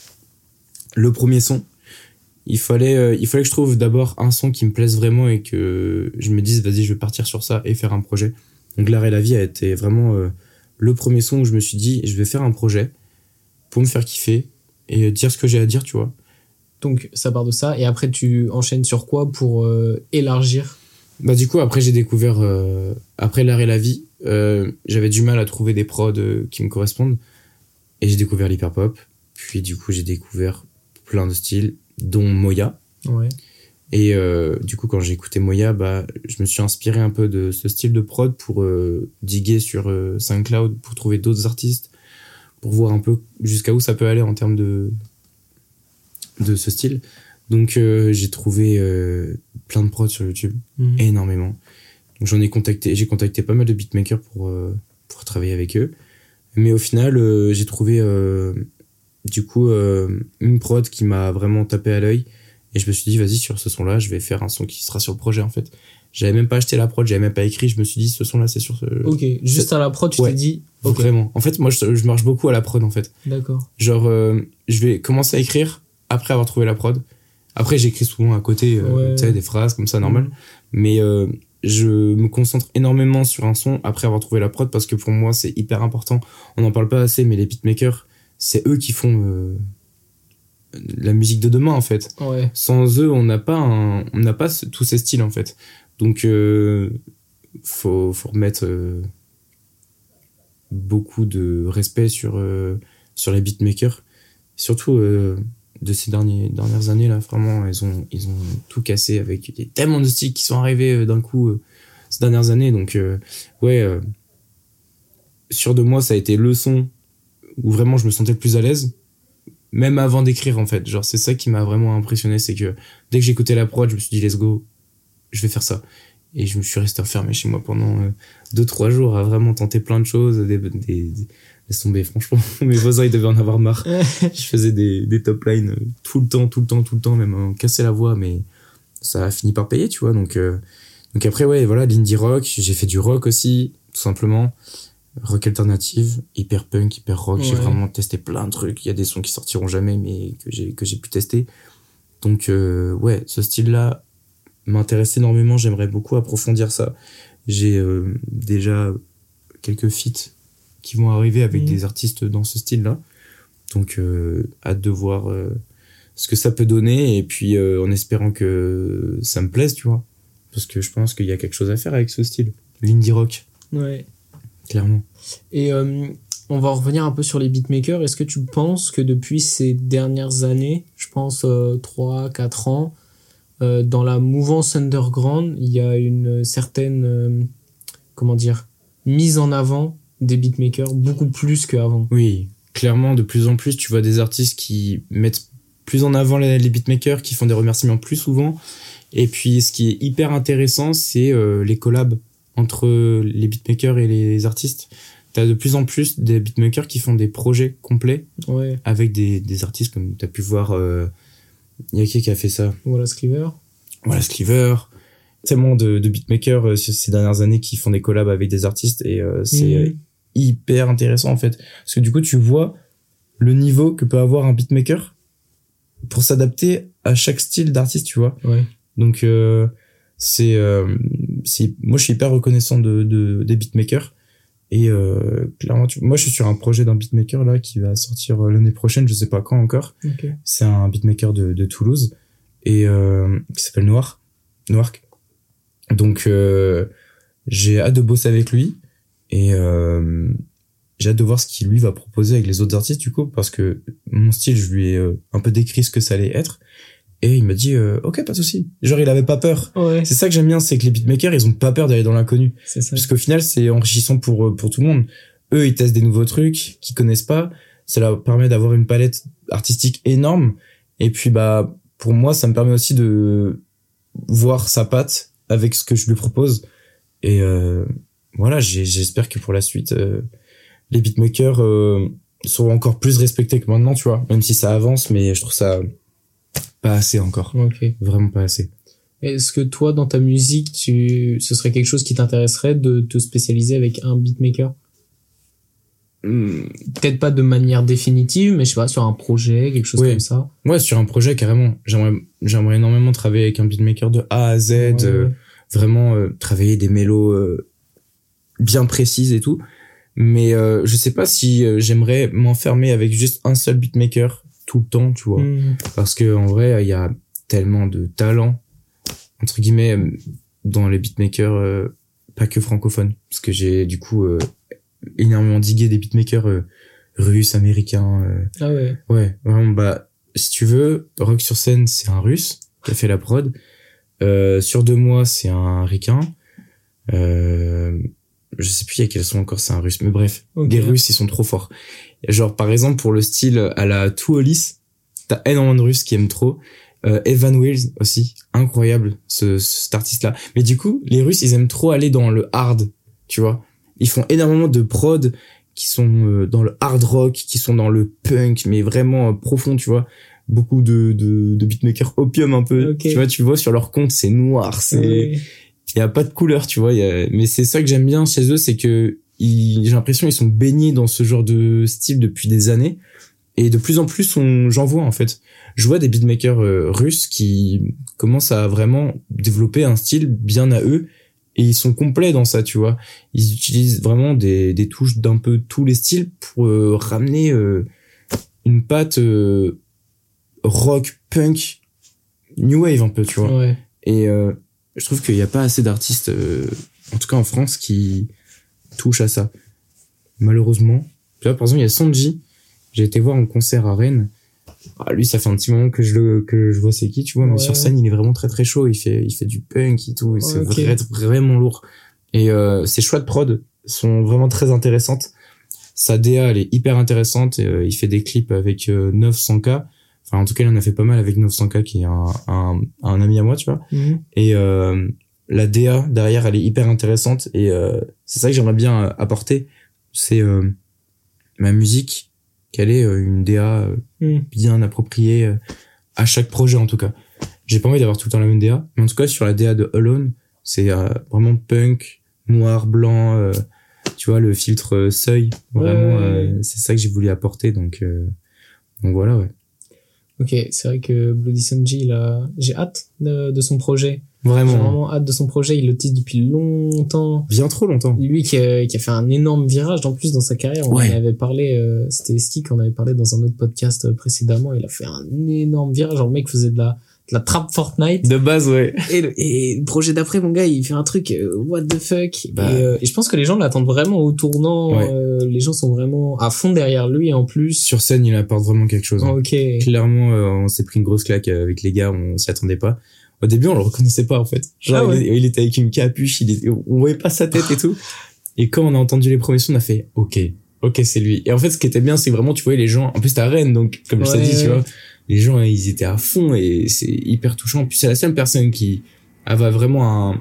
le premier son. Il fallait que je trouve d'abord un son qui me plaise vraiment et que je me dise, vas-y, je vais partir sur ça et faire un projet. Donc L'art et la vie a été vraiment le premier son où je me suis dit, je vais faire un projet pour me faire kiffer et dire ce que j'ai à dire, tu vois. Donc ça part de ça. Et après, tu enchaînes sur quoi pour élargir? Bah du coup, après j'ai découvert, après l'art et la vie, j'avais du mal à trouver des prods qui me correspondent. Et j'ai découvert l'hyperpop. Puis du coup, j'ai découvert plein de styles, dont Moya. Ouais. Et du coup, quand j'ai écouté Moya, bah, je me suis inspiré un peu de ce style de prod pour diguer sur SoundCloud, pour trouver d'autres artistes, pour voir un peu jusqu'à où ça peut aller en termes de ce style. Donc j'ai trouvé plein de prods sur YouTube, énormément. Donc j'ai contacté pas mal de beatmakers pour travailler avec eux. Mais au final, j'ai trouvé du coup une prod qui m'a vraiment tapé à l'œil. Et je me suis dit, vas-y, sur ce son-là, je vais faire un son qui sera sur le projet, en fait. J'avais même pas acheté la prod, j'avais même pas écrit. Je me suis dit, ce son-là, c'est sur ce... Ok, juste à la prod, tu t'es dit... Ok. Vraiment. En fait, moi, je marche beaucoup à la prod, en fait. D'accord. Genre, je vais commencer à écrire après avoir trouvé la prod. Après, j'écris souvent à côté, tu sais, des phrases comme ça, normal. Mais je me concentre énormément sur un son après avoir trouvé la prod parce que pour moi, c'est hyper important. On n'en parle pas assez, mais les beatmakers, c'est eux qui font... la musique de demain en fait. Ouais. Sans eux on n'a pas tous ces styles en fait, donc faut remettre beaucoup de respect sur les beatmakers, surtout de ces dernières années là. Vraiment ils ont tout cassé avec il y a tellement de styles qui sont arrivés d'un coup ces dernières années, donc Sûr de moi ça a été le son où vraiment je me sentais le plus à l'aise. Même avant d'écrire, en fait. Genre, c'est ça qui m'a vraiment impressionné, c'est que dès que j'écoutais la prod, je me suis dit, let's go, je vais faire ça. Et je me suis resté enfermé chez moi pendant 2-3 jours à vraiment tenter plein de choses. Laisse tomber, franchement. Mes voisins, ils devaient en avoir marre. Je faisais des top lines tout le temps, même casser la voix, mais ça a fini par payer, tu vois. Donc après, ouais, voilà, l'indie rock. J'ai fait du rock aussi, tout simplement. Rock alternative, hyper punk, hyper rock. Ouais. J'ai vraiment testé plein de trucs. Il y a des sons qui sortiront jamais, mais que j'ai pu tester. Donc, ouais, ce style-là m'intéresse énormément. J'aimerais beaucoup approfondir ça. J'ai déjà quelques feats qui vont arriver avec des artistes dans ce style-là. Donc, hâte de voir ce que ça peut donner. Et puis, en espérant que ça me plaise, tu vois. Parce que je pense qu'il y a quelque chose à faire avec ce style. L'indie rock. Ouais. Clairement. Et on va revenir un peu sur les beatmakers. Est-ce que tu penses que depuis ces dernières années, je pense 3-4 ans, dans la mouvance underground, il y a une certaine mise en avant des beatmakers beaucoup plus qu'avant? Oui, clairement, de plus en plus, tu vois des artistes qui mettent plus en avant les beatmakers, qui font des remerciements plus souvent. Et puis, ce qui est hyper intéressant, c'est les collabs entre les beatmakers et les artistes. T'as de plus en plus des beatmakers qui font des projets complets avec des artistes comme t'as pu voir. Il y a qui a fait ça? Wallace Cleaver. Tellement de beatmakers ces dernières années qui font des collabs avec des artistes et c'est hyper intéressant en fait. Parce que du coup, tu vois le niveau que peut avoir un beatmaker pour s'adapter à chaque style d'artiste, tu vois. Ouais. Donc, moi je suis hyper reconnaissant des beatmakers et clairement moi je suis sur un projet d'un beatmaker là qui va sortir l'année prochaine, je sais pas quand encore. Okay. C'est un beatmaker de Toulouse et qui s'appelle Noirk. Donc j'ai hâte de bosser avec lui et j'ai hâte de voir ce qu'il lui va proposer avec les autres artistes du coup, parce que mon style je lui ai un peu décrit ce que ça allait être. Et il m'a dit, ok, pas de souci. Genre, il avait pas peur. Ouais. C'est ça que j'aime bien, c'est que les beatmakers, ils ont pas peur d'aller dans l'inconnu. C'est ça. Parce qu'au final, c'est enrichissant pour tout le monde. Eux, ils testent des nouveaux trucs qu'ils connaissent pas. Ça leur permet d'avoir une palette artistique énorme. Et puis, bah, pour moi, ça me permet aussi de voir sa patte avec ce que je lui propose. Et, voilà, j'espère que pour la suite, les beatmakers, seront encore plus respectés que maintenant, tu vois. Même si ça avance, mais je trouve ça pas assez encore. Okay. Vraiment pas assez. Est-ce que toi, dans ta musique, ce serait quelque chose qui t'intéresserait de te spécialiser avec un beatmaker? Peut-être pas de manière définitive, mais je sais pas, sur un projet, quelque chose comme ça. Ouais, sur un projet, carrément. J'aimerais énormément travailler avec un beatmaker de A à Z, vraiment travailler des mélos bien précises et tout. Mais je sais pas si j'aimerais m'enfermer avec juste un seul beatmaker tout le temps, tu vois. Parce que en vrai, il y a tellement de talent, entre guillemets, dans les beatmakers, pas que francophones. Parce que j'ai, du coup, énormément digué des beatmakers russes, américains. Ah ouais. Ouais, vraiment, bah, si tu veux, Rock sur scène, c'est un russe qui a fait la prod. Sur 2 mois, c'est un ricain. Je sais plus il y a quels sont encore, c'est un russe. Mais bref, Okay. les Russes, ils sont trop forts. Genre, par exemple, pour le style à la Tuolis, t'as énormément de Russes qui aiment trop. Evan Wills aussi, incroyable, cet artiste-là. Mais du coup, les Russes, ils aiment trop aller dans le hard, tu vois. Ils font énormément de prod qui sont dans le hard rock, qui sont dans le punk, mais vraiment profond, tu vois. Beaucoup de beatmakers opium un peu, Okay. tu vois sur leur compte, c'est noir, Ouais. il y a pas de couleur, tu vois. Mais c'est ça que j'aime bien chez eux, c'est que j'ai l'impression ils sont baignés dans ce genre de style depuis des années. Et de plus en plus, j'en vois en fait. Je vois des beatmakers russes qui commencent à vraiment développer un style bien à eux. Et ils sont complets dans ça, tu vois. Ils utilisent vraiment des touches d'un peu tous les styles pour ramener une patte rock, punk, new wave un peu, tu vois. Ouais. Et je trouve qu'il n'y a pas assez d'artistes, en tout cas en France, qui touchent à ça. Malheureusement. Tu vois, par exemple, il y a Sanji. J'ai été voir un concert à Rennes. Ah, lui, ça fait un petit moment que je vois c'est qui, tu vois, mais Ouais. sur scène, il est vraiment très très chaud. Il fait du punk et tout. Et c'est Ok. vraiment lourd. Et ses choix de prod sont vraiment très intéressantes. Sa DA, elle est hyper intéressante. Et, il fait des clips avec 900K. Enfin, en tout cas, il en a fait pas mal avec 900K, qui est un ami à moi, tu vois. Et la DA derrière, elle est hyper intéressante. Et c'est ça que j'aimerais bien apporter. C'est ma musique, qu'elle ait une DA bien appropriée à chaque projet, en tout cas. J'ai pas envie d'avoir tout le temps la même DA, mais en tout cas, sur la DA de Alone, c'est vraiment punk, noir, blanc, tu vois, le filtre seuil. Vraiment, Ouais. c'est ça que j'ai voulu apporter. Donc voilà, ouais. Ok, c'est vrai que Bloody Sanji, j'ai hâte de son projet. J'ai Vraiment, vraiment hâte de son projet. Il le tease depuis longtemps. bien trop longtemps. Lui qui a fait un énorme virage en plus dans sa carrière. On Ouais. en avait parlé, c'était Stick, on avait parlé dans un autre podcast précédemment. Il a fait un énorme virage. Genre, le mec faisait de la trap Fortnite. De base, ouais. Et le projet d'après, mon gars, il fait un truc, what the fuck. Bah. Et je pense que les gens l'attendent vraiment au tournant. Ouais. Les gens sont vraiment à fond derrière lui en plus. Sur scène, il apporte vraiment quelque chose. Hein. Ok. Clairement, on s'est pris une grosse claque avec les gars, on s'y attendait pas. Au début, on le reconnaissait pas, en fait. Genre, Ah ouais. il était avec une capuche, on voyait pas sa tête et tout. Et quand on a entendu les premiers sons, on a fait, ok, c'est lui. Et en fait, ce qui était bien, c'est que vraiment, tu voyais les gens, en plus, t'es à Rennes, donc, comme je t'ai Ouais. dit, tu vois, les gens, ils étaient à fond et c'est hyper touchant. Puis c'est la seule personne qui avait vraiment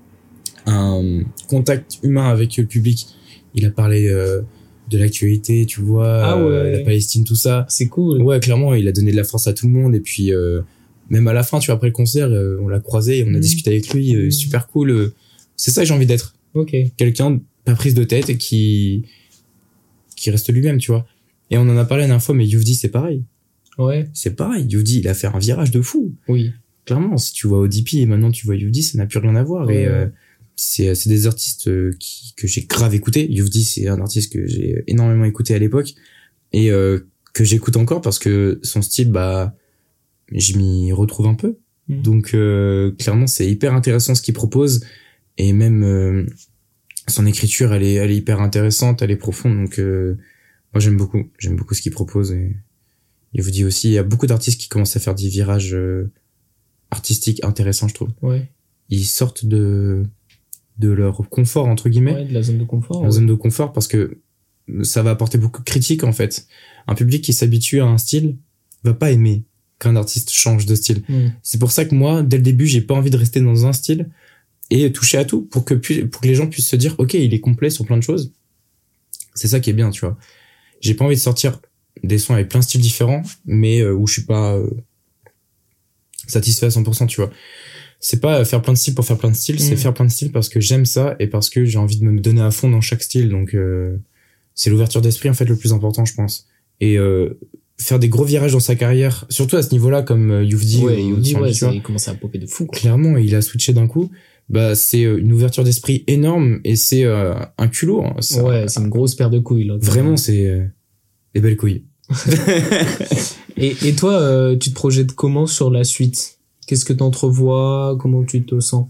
un contact humain avec le public. Il a parlé de l'actualité, tu vois, Ah ouais. la Palestine, tout ça. C'est cool. Ouais, clairement, il a donné de la force à tout le monde. Et puis, même à la fin, tu vois, après le concert, on l'a croisé, et on a discuté avec lui, super cool. C'est ça que j'ai envie d'être. Ok. Quelqu'un pas prise de tête et qui reste lui-même, tu vois. Et on en a parlé la dernière fois, mais Youvdi, c'est pareil. Ouais. C'est pareil. Youvdi, il a fait un virage de fou. Oui. Clairement, si tu vois ODP et maintenant tu vois Youvdi, ça n'a plus rien à voir. Ouais. Et c'est des artistes que j'ai grave écouté. Youvdi, c'est un artiste que j'ai énormément écouté à l'époque et que j'écoute encore parce que son style, bah, je m'y retrouve un peu. Donc clairement, c'est hyper intéressant ce qu'il propose et même son écriture, elle est hyper intéressante, elle est profonde. Donc moi j'aime beaucoup ce qu'il propose. Et il vous dit aussi, il y a beaucoup d'artistes qui commencent à faire des virages artistiques intéressants, je trouve. Ouais. Ils sortent de leur confort entre guillemets, Ouais, de la zone de confort. la zone de confort, parce que ça va apporter beaucoup de critiques en fait. Un public qui s'habitue à un style va pas aimer qu'un artiste change de style. C'est pour ça que moi, dès le début, j'ai pas envie de rester dans un style et toucher à tout pour que les gens puissent se dire, ok, il est complet sur plein de choses. C'est ça qui est bien, tu vois. J'ai pas envie de sortir des sons avec plein de styles différents, mais où je suis pas satisfait à 100%, tu vois. C'est pas faire plein de styles pour faire plein de styles, c'est faire plein de styles parce que j'aime ça et parce que j'ai envie de me donner à fond dans chaque style. Donc c'est l'ouverture d'esprit en fait le plus important, je pense. Et faire des gros virages dans sa carrière, surtout à ce niveau-là, comme Youvdi, Youvdi, ouais, tu vois, il commence à popper de fou, quoi. clairement, il a switché d'un coup. Bah, c'est une ouverture d'esprit énorme et c'est un culot. Hein. Ouais, c'est une grosse paire de couilles, là. Vraiment, c'est des belles couilles. Et toi, tu te projettes comment sur la suite? Qu'est-ce que t'entrevois? Comment tu te sens?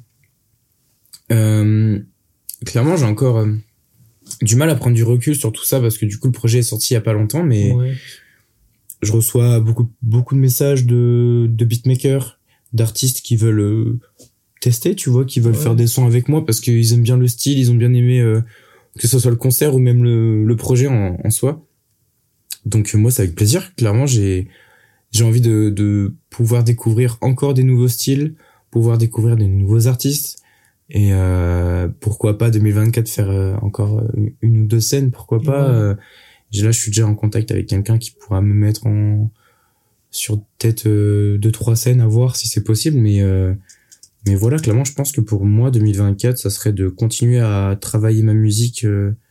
Clairement, j'ai encore du mal à prendre du recul sur tout ça parce que du coup, le projet est sorti il y a pas longtemps, mais Ouais. je reçois beaucoup de messages de beatmakers, d'artistes qui veulent tester, tu vois, qui veulent Ouais. faire des sons avec moi parce qu'ils aiment bien le style, ils ont bien aimé que ce soit le concert ou même le projet en soi. Donc moi, c'est avec plaisir. Clairement, j'ai envie de pouvoir découvrir encore des nouveaux styles, pouvoir découvrir des nouveaux artistes. Et pourquoi pas 2024 faire encore une ou deux scènes, pourquoi pas. Ouais. Là, je suis déjà en contact avec quelqu'un qui pourra me mettre sur peut-être 2-3 scènes à voir si c'est possible. Mais voilà, clairement, je pense que pour moi, 2024, ça serait de continuer à travailler ma musique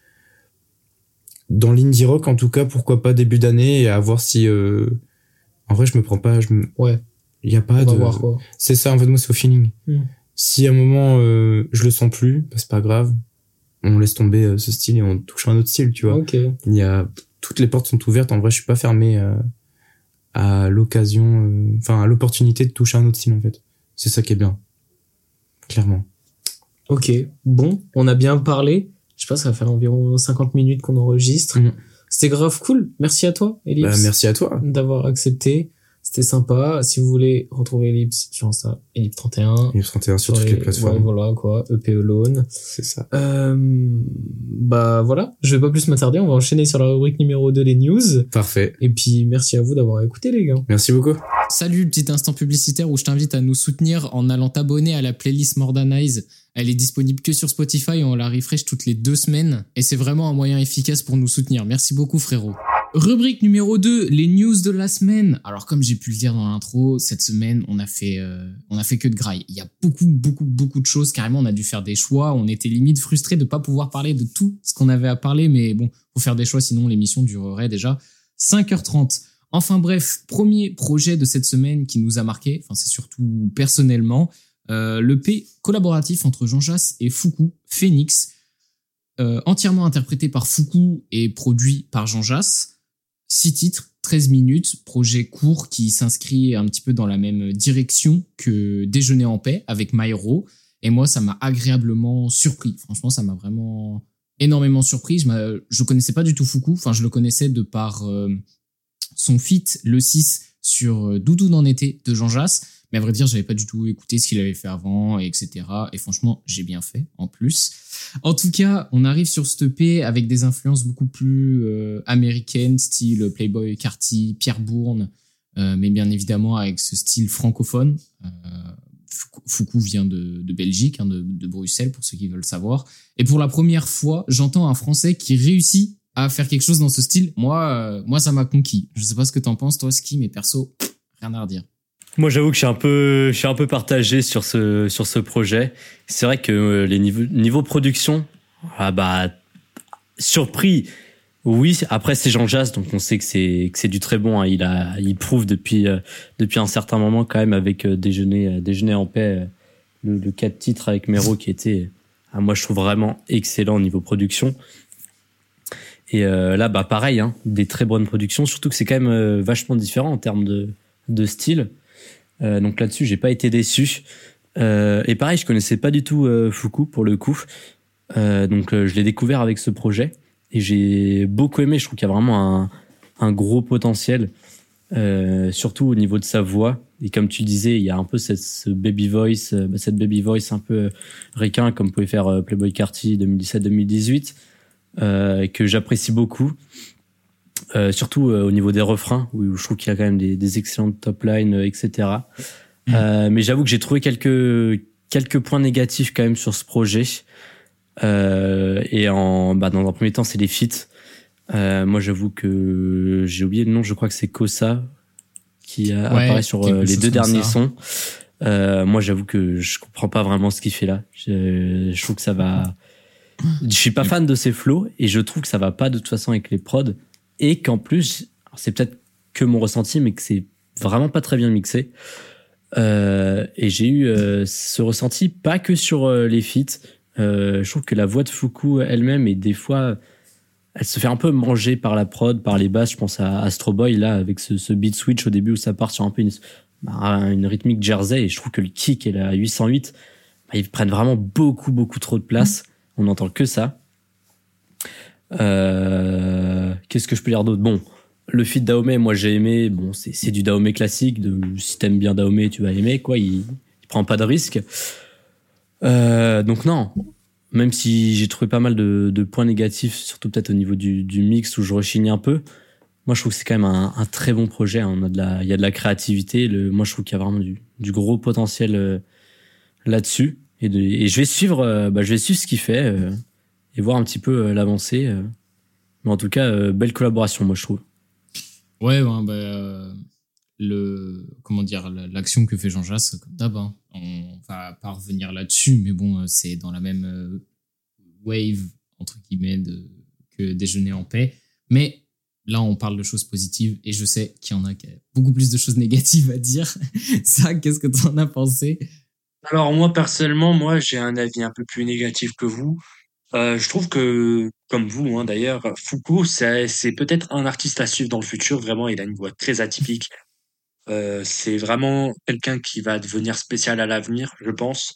dans l'indie rock, en tout cas, pourquoi pas début d'année, et à voir si... En vrai, je me prends pas... Ouais. Il y a pas On va de... voir quoi. C'est ça, en fait, moi, c'est au feeling. Si à un moment, je le sens plus, bah, c'est pas grave. On laisse tomber ce style et on touche à un autre style, tu vois. Ok. Il y a... Toutes les portes sont ouvertes. En vrai, je suis pas fermé à l'occasion... Enfin, à l'opportunité de toucher à un autre style, en fait. C'est ça qui est bien. Clairement. Ok. Bon, on a bien parlé. Je sais pas, ça va faire environ 50 minutes qu'on enregistre. C'était grave cool. Merci à toi, Ellipse. Bah, merci à toi. D'avoir accepté. C'était sympa. Si vous voulez retrouver Ellipse sur Insta, Ellipse31. Ellipse 31 sur toutes les plateformes. Ouais, voilà, quoi. EP Alone. C'est ça. Bah, voilà. Je vais pas plus m'attarder. On va enchaîner sur la rubrique numéro 2, les news. Parfait. Et puis, merci à vous d'avoir écouté, les gars. Merci beaucoup. Salut, le petit instant publicitaire où je t'invite à nous soutenir en allant t'abonner à la playlist Mordanize. Elle est disponible que sur Spotify et on la refresh toutes les 2 semaines. Et c'est vraiment un moyen efficace pour nous soutenir. Merci beaucoup, frérot. Rubrique numéro 2, les news de la semaine. Alors, comme j'ai pu le dire dans l'intro, cette semaine, on a fait que de graille. Il y a beaucoup de choses. Carrément, on a dû faire des choix. On était limite frustrés de pas pouvoir parler de tout ce qu'on avait à parler. Mais bon, faut faire des choix, sinon l'émission durerait déjà 5h30. Enfin bref, premier projet de cette semaine qui nous a marqué, enfin c'est surtout personnellement, l'EP collaboratif entre Jean Jass et Foucou, Phoenix, entièrement interprété par Foucou et produit par Jean Jass. 6 titres, 13 minutes, projet court qui s'inscrit un petit peu dans la même direction que Déjeuner en paix avec Myro. Et moi, ça m'a agréablement surpris. Franchement, ça m'a vraiment énormément surpris. Je connaissais pas du tout Foucou, enfin je le connaissais de par... son feat, le 6, sur Doudou dans été de Jean Jass. Mais à vrai dire, j'avais pas du tout écouté ce qu'il avait fait avant, etc. Et franchement, j'ai bien fait, en plus. En tout cas, on arrive sur cette EP avec des influences beaucoup plus américaines, style Playboi Carti, Pierre Bourne, mais bien évidemment avec ce style francophone. Foucou vient de Belgique, hein, de Bruxelles, pour ceux qui veulent savoir. Et pour la première fois, j'entends un Français qui réussit à faire quelque chose dans ce style. Moi, ça m'a conquis. Je sais pas ce que t'en penses, toi, Ski, mais perso, rien à redire. Moi, j'avoue que je suis un peu partagé sur ce projet. C'est vrai que les niveau production, surpris. Oui, après c'est Jean Jass, donc on sait que c'est du très bon, hein. Il prouve depuis un certain moment quand même avec Déjeuner en paix, le 4 titres avec Mero qui était, moi je trouve vraiment excellent au niveau production. Et là, pareil, hein, des très bonnes productions, surtout que c'est quand même vachement différent en termes de style. Donc là-dessus, j'ai pas été déçu. Et pareil, je connaissais pas du tout Foucou pour le coup. Donc je l'ai découvert avec ce projet et j'ai beaucoup aimé. Je trouve qu'il y a vraiment un gros potentiel, surtout au niveau de sa voix. Et comme tu disais, il y a un peu cette baby voice un peu requin comme pouvait faire Playboi Carti 2017-2018. Que j'apprécie beaucoup, surtout au niveau des refrains où je trouve qu'il y a quand même des excellentes top lines, etc. Mais j'avoue que j'ai trouvé quelques points négatifs quand même sur ce projet. Et dans un premier temps, c'est les feats. Moi, j'avoue que j'ai oublié le nom. Je crois que c'est Kosa qui apparaît sur les 2 derniers sons. Moi, j'avoue que je comprends pas vraiment ce qu'il fait là. Je trouve que ça va. Je suis pas fan de ses flows et je trouve que ça va pas de toute façon avec les prods et qu'en plus, c'est peut-être que mon ressenti, mais que c'est vraiment pas très bien mixé. Et j'ai eu ce ressenti pas que sur les feats. Je trouve que la voix de Foucou elle-même est des fois elle se fait un peu manger par la prod, par les basses. Je pense à Astro Boy, là, avec ce beat switch au début où ça part sur un peu une rythmique Jersey. Et je trouve que le kick et la 808, ils prennent vraiment beaucoup trop de place. On n'entend que ça. Qu'est-ce que je peux dire d'autre? Bon, le feat Dahomey, moi j'ai aimé. Bon, c'est du Dahomey classique. Si t'aimes bien Dahomey, tu vas aimer, quoi. Il prend pas de risque. Donc non. Même si j'ai trouvé pas mal de points négatifs, surtout peut-être au niveau du mix où je rechigne un peu, moi je trouve que c'est quand même un très bon projet. Hein. Il y a de la créativité. Moi je trouve qu'il y a vraiment du gros potentiel là-dessus. Et je vais suivre ce qu'il fait et voir un petit peu l'avancée. Mais en tout cas, belle collaboration, moi je trouve. Ouais, comment dire, l'action que fait Jean Jass, comme d'hab, hein. On va pas revenir là-dessus, mais bon, c'est dans la même wave, entre guillemets, que Déjeuner en paix. Mais là, on parle de choses positives et je sais qu'il y en a qui a beaucoup plus de choses négatives à dire. Ça, qu'est-ce que t'en as pensé? Alors moi personnellement, j'ai un avis un peu plus négatif que vous. Je trouve que, comme vous, hein, d'ailleurs, Foucault, c'est peut-être un artiste à suivre dans le futur. Vraiment, il a une voix très atypique. C'est vraiment quelqu'un qui va devenir spécial à l'avenir, je pense.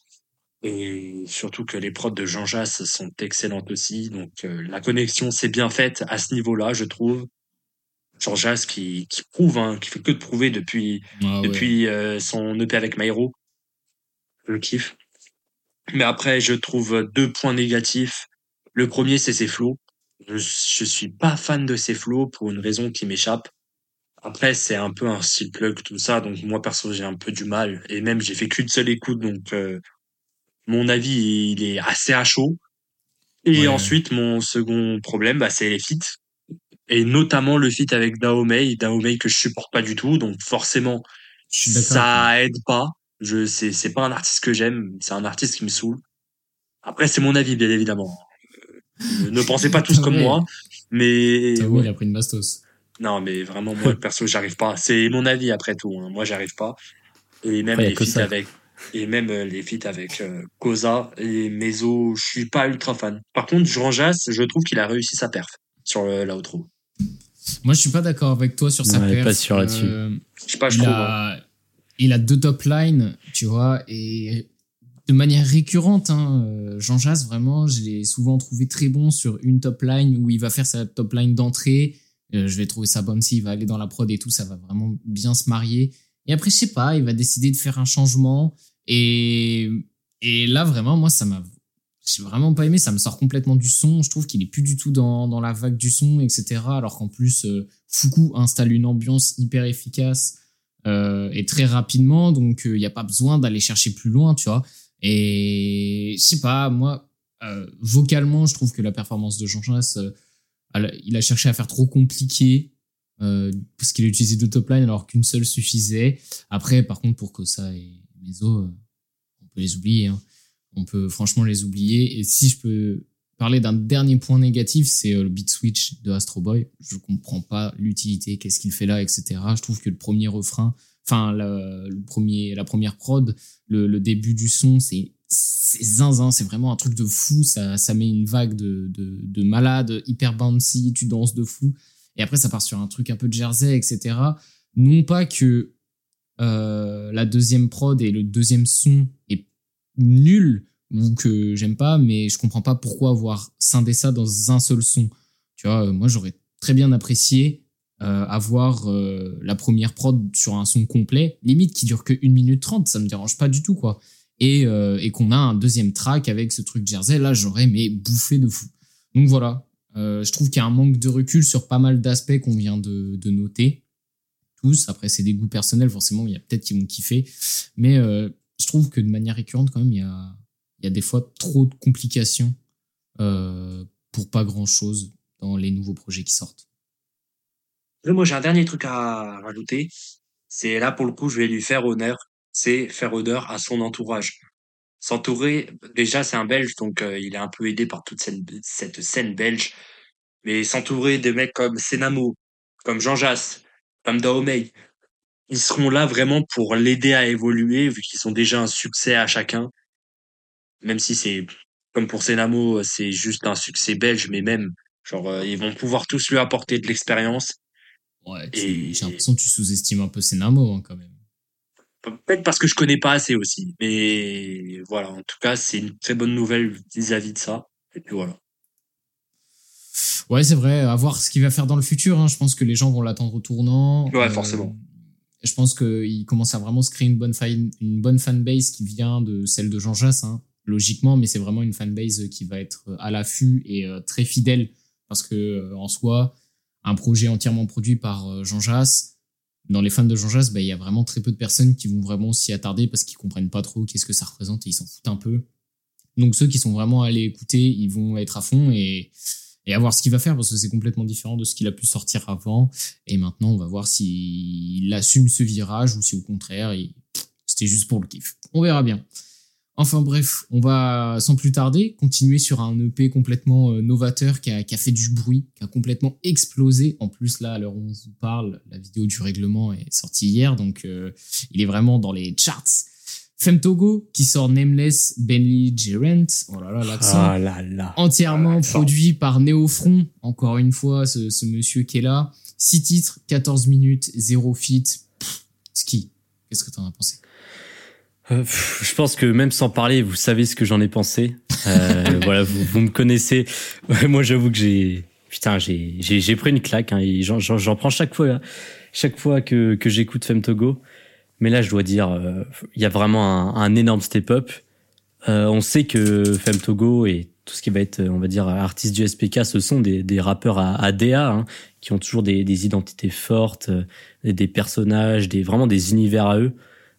Et surtout que les prods de Jean Jass sont excellentes aussi. Donc la connexion s'est bien faite à ce niveau-là, je trouve. Jean Jass qui prouve, hein, qui fait que de prouver depuis Ah ouais. depuis son EP avec Maïro. Je le kiffe. Mais après, je trouve deux points négatifs. Le premier, c'est ses flows. Je suis pas fan de ses flows pour une raison qui m'échappe. Après, c'est un peu un style plug, tout ça. Donc, moi, perso, j'ai un peu du mal. Et même, j'ai fait qu'une seule écoute. Donc, mon avis, il est assez à chaud. Et Ouais, ensuite, mon second problème, c'est les feats. Et notamment le feat avec Dahomey. Dahomey que je supporte pas du tout. Donc, forcément, je suis d'accord avec toi. ça aide pas. C'est pas un artiste que j'aime. C'est un artiste qui me saoule. Après, c'est mon avis, bien évidemment. Ne pensez pas tous T'as comme vrai, moi, mais t'as vrai, il ouais. a pris une bastos. Non, mais vraiment, moi, perso, j'arrive pas. C'est mon avis après tout, hein. Moi, j'arrive pas. Et même Après, il y a les que feats ça. avec, et même les feats avec Koza et Mezo, je suis pas ultra fan. Par contre, Jean Jass, je trouve qu'il a réussi sa perf sur l'outro. Moi, je suis pas d'accord avec toi sur sa Ouais, pas perf. sûr là-dessus. Je sais pas, je Il trouve, hein. il a deux top lines, tu vois, et de manière récurrente, hein, Jean Jass, vraiment, je l'ai souvent trouvé très bon sur une top line où il va faire sa top line d'entrée. Je vais trouver ça bouncy, il va aller dans la prod et tout, ça va vraiment bien se marier. Et après, je sais pas, il va décider de faire un changement. Et, et là, vraiment, moi, j'ai vraiment pas aimé, ça me sort complètement du son. Je trouve qu'il est plus du tout dans la vague du son, etc. Alors qu'en plus, Fuku installe une ambiance hyper efficace et très rapidement, donc il n'y a pas besoin d'aller chercher plus loin, tu vois. Et je sais pas, moi, vocalement, je trouve que la performance de Jean Jass, il a cherché à faire trop compliqué parce qu'il a utilisé deux top lines alors qu'une seule suffisait. Après, par contre, pour Kosa et Mezo, on peut les oublier, hein. On peut franchement les oublier. Et si je peux parler d'un dernier point négatif, c'est le beat switch de Astro Boy. Je comprends pas l'utilité, qu'est-ce qu'il fait là, etc. Je trouve que le premier refrain, enfin la première prod, le début du son, c'est zinzin, c'est vraiment un truc de fou. Ça met une vague de malade, hyper bouncy, tu danses de fou. Et après, ça part sur un truc un peu de Jersey, etc. Non pas que la deuxième prod et le deuxième son est nul ou que j'aime pas, mais je comprends pas pourquoi avoir scindé ça dans un seul son. Tu vois, moi j'aurais très bien apprécié avoir la première prod sur un son complet, limite qui dure que 1 minute 30, ça me dérange pas du tout, quoi. Et qu'on a un deuxième track avec ce truc Jersey, là j'aurais bouffé de fou. Donc voilà, je trouve qu'il y a un manque de recul sur pas mal d'aspects qu'on vient de noter. Tous, après c'est des goûts personnels, forcément, il y a peut-être qui vont kiffer, mais je trouve que de manière récurrente, quand même, il y a des fois trop de complications pour pas grand-chose dans les nouveaux projets qui sortent. Moi, j'ai un dernier truc à rajouter. C'est là, pour le coup, je vais lui faire honneur. C'est faire honneur à son entourage. S'entourer, déjà, c'est un Belge, donc il est un peu aidé par toute cette scène belge. Mais s'entourer de mecs comme Senamo, comme Jean Jass, comme Dahomey, ils seront là vraiment pour l'aider à évoluer, vu qu'ils ont déjà un succès à chacun. Même si c'est, comme pour Senamo, c'est juste un succès belge, mais même Genre, ils vont pouvoir tous lui apporter de l'expérience. Ouais, Et j'ai l'impression que tu sous-estimes un peu Senamo, hein, quand même. peut-être parce que je connais pas assez aussi. Mais voilà, en tout cas, c'est une très bonne nouvelle vis-à-vis de ça. Et puis voilà. Ouais, c'est vrai, à voir ce qu'il va faire dans le futur, hein. Je pense que les gens vont l'attendre au tournant. Ouais, forcément. Je pense qu'il commence à vraiment se créer une bonne fanbase qui vient de celle de Jean Jass, hein, logiquement, mais c'est vraiment une fanbase qui va être à l'affût et très fidèle parce que en soi, un projet entièrement produit par Jean Jass, dans les fans de Jean Jass, bah, il y a vraiment très peu de personnes qui vont vraiment s'y attarder parce qu'ils comprennent pas trop qu'est-ce que ça représente et ils s'en foutent un peu. Donc ceux qui sont vraiment allés écouter, ils vont être à fond et à voir ce qu'il va faire parce que c'est complètement différent de ce qu'il a pu sortir avant. Et maintenant, on va voir s'il assume ce virage ou si au contraire, c'était juste pour le kiff. On verra bien. Enfin bref, on va sans plus tarder continuer sur un EP complètement novateur qui a fait du bruit, qui a complètement explosé. En plus, là, à l'heure où on vous parle, la vidéo du règlement est sortie hier, donc il est vraiment dans les charts. Femtogo qui sort Nameless Bentley Gerent, oh là là, l'accent, Ah là là. entièrement produit par Néofront, encore une fois ce monsieur qui est là, 6 titres, 14 minutes, 0 feat. Ski, qu'est-ce que t'en as pensé? Je pense que même sans parler, vous savez ce que j'en ai pensé. Voilà, vous me connaissez. Ouais, moi, j'avoue que j'ai pris une claque, hein, et j'en prends chaque fois que j'écoute Femtogo. Mais là, je dois dire, il y a vraiment un énorme step-up. On sait que Femtogo et tout ce qui va être, on va dire, artistes du SPK, ce sont des rappeurs à DA, hein, qui ont toujours des identités fortes, des personnages, vraiment des univers à eux.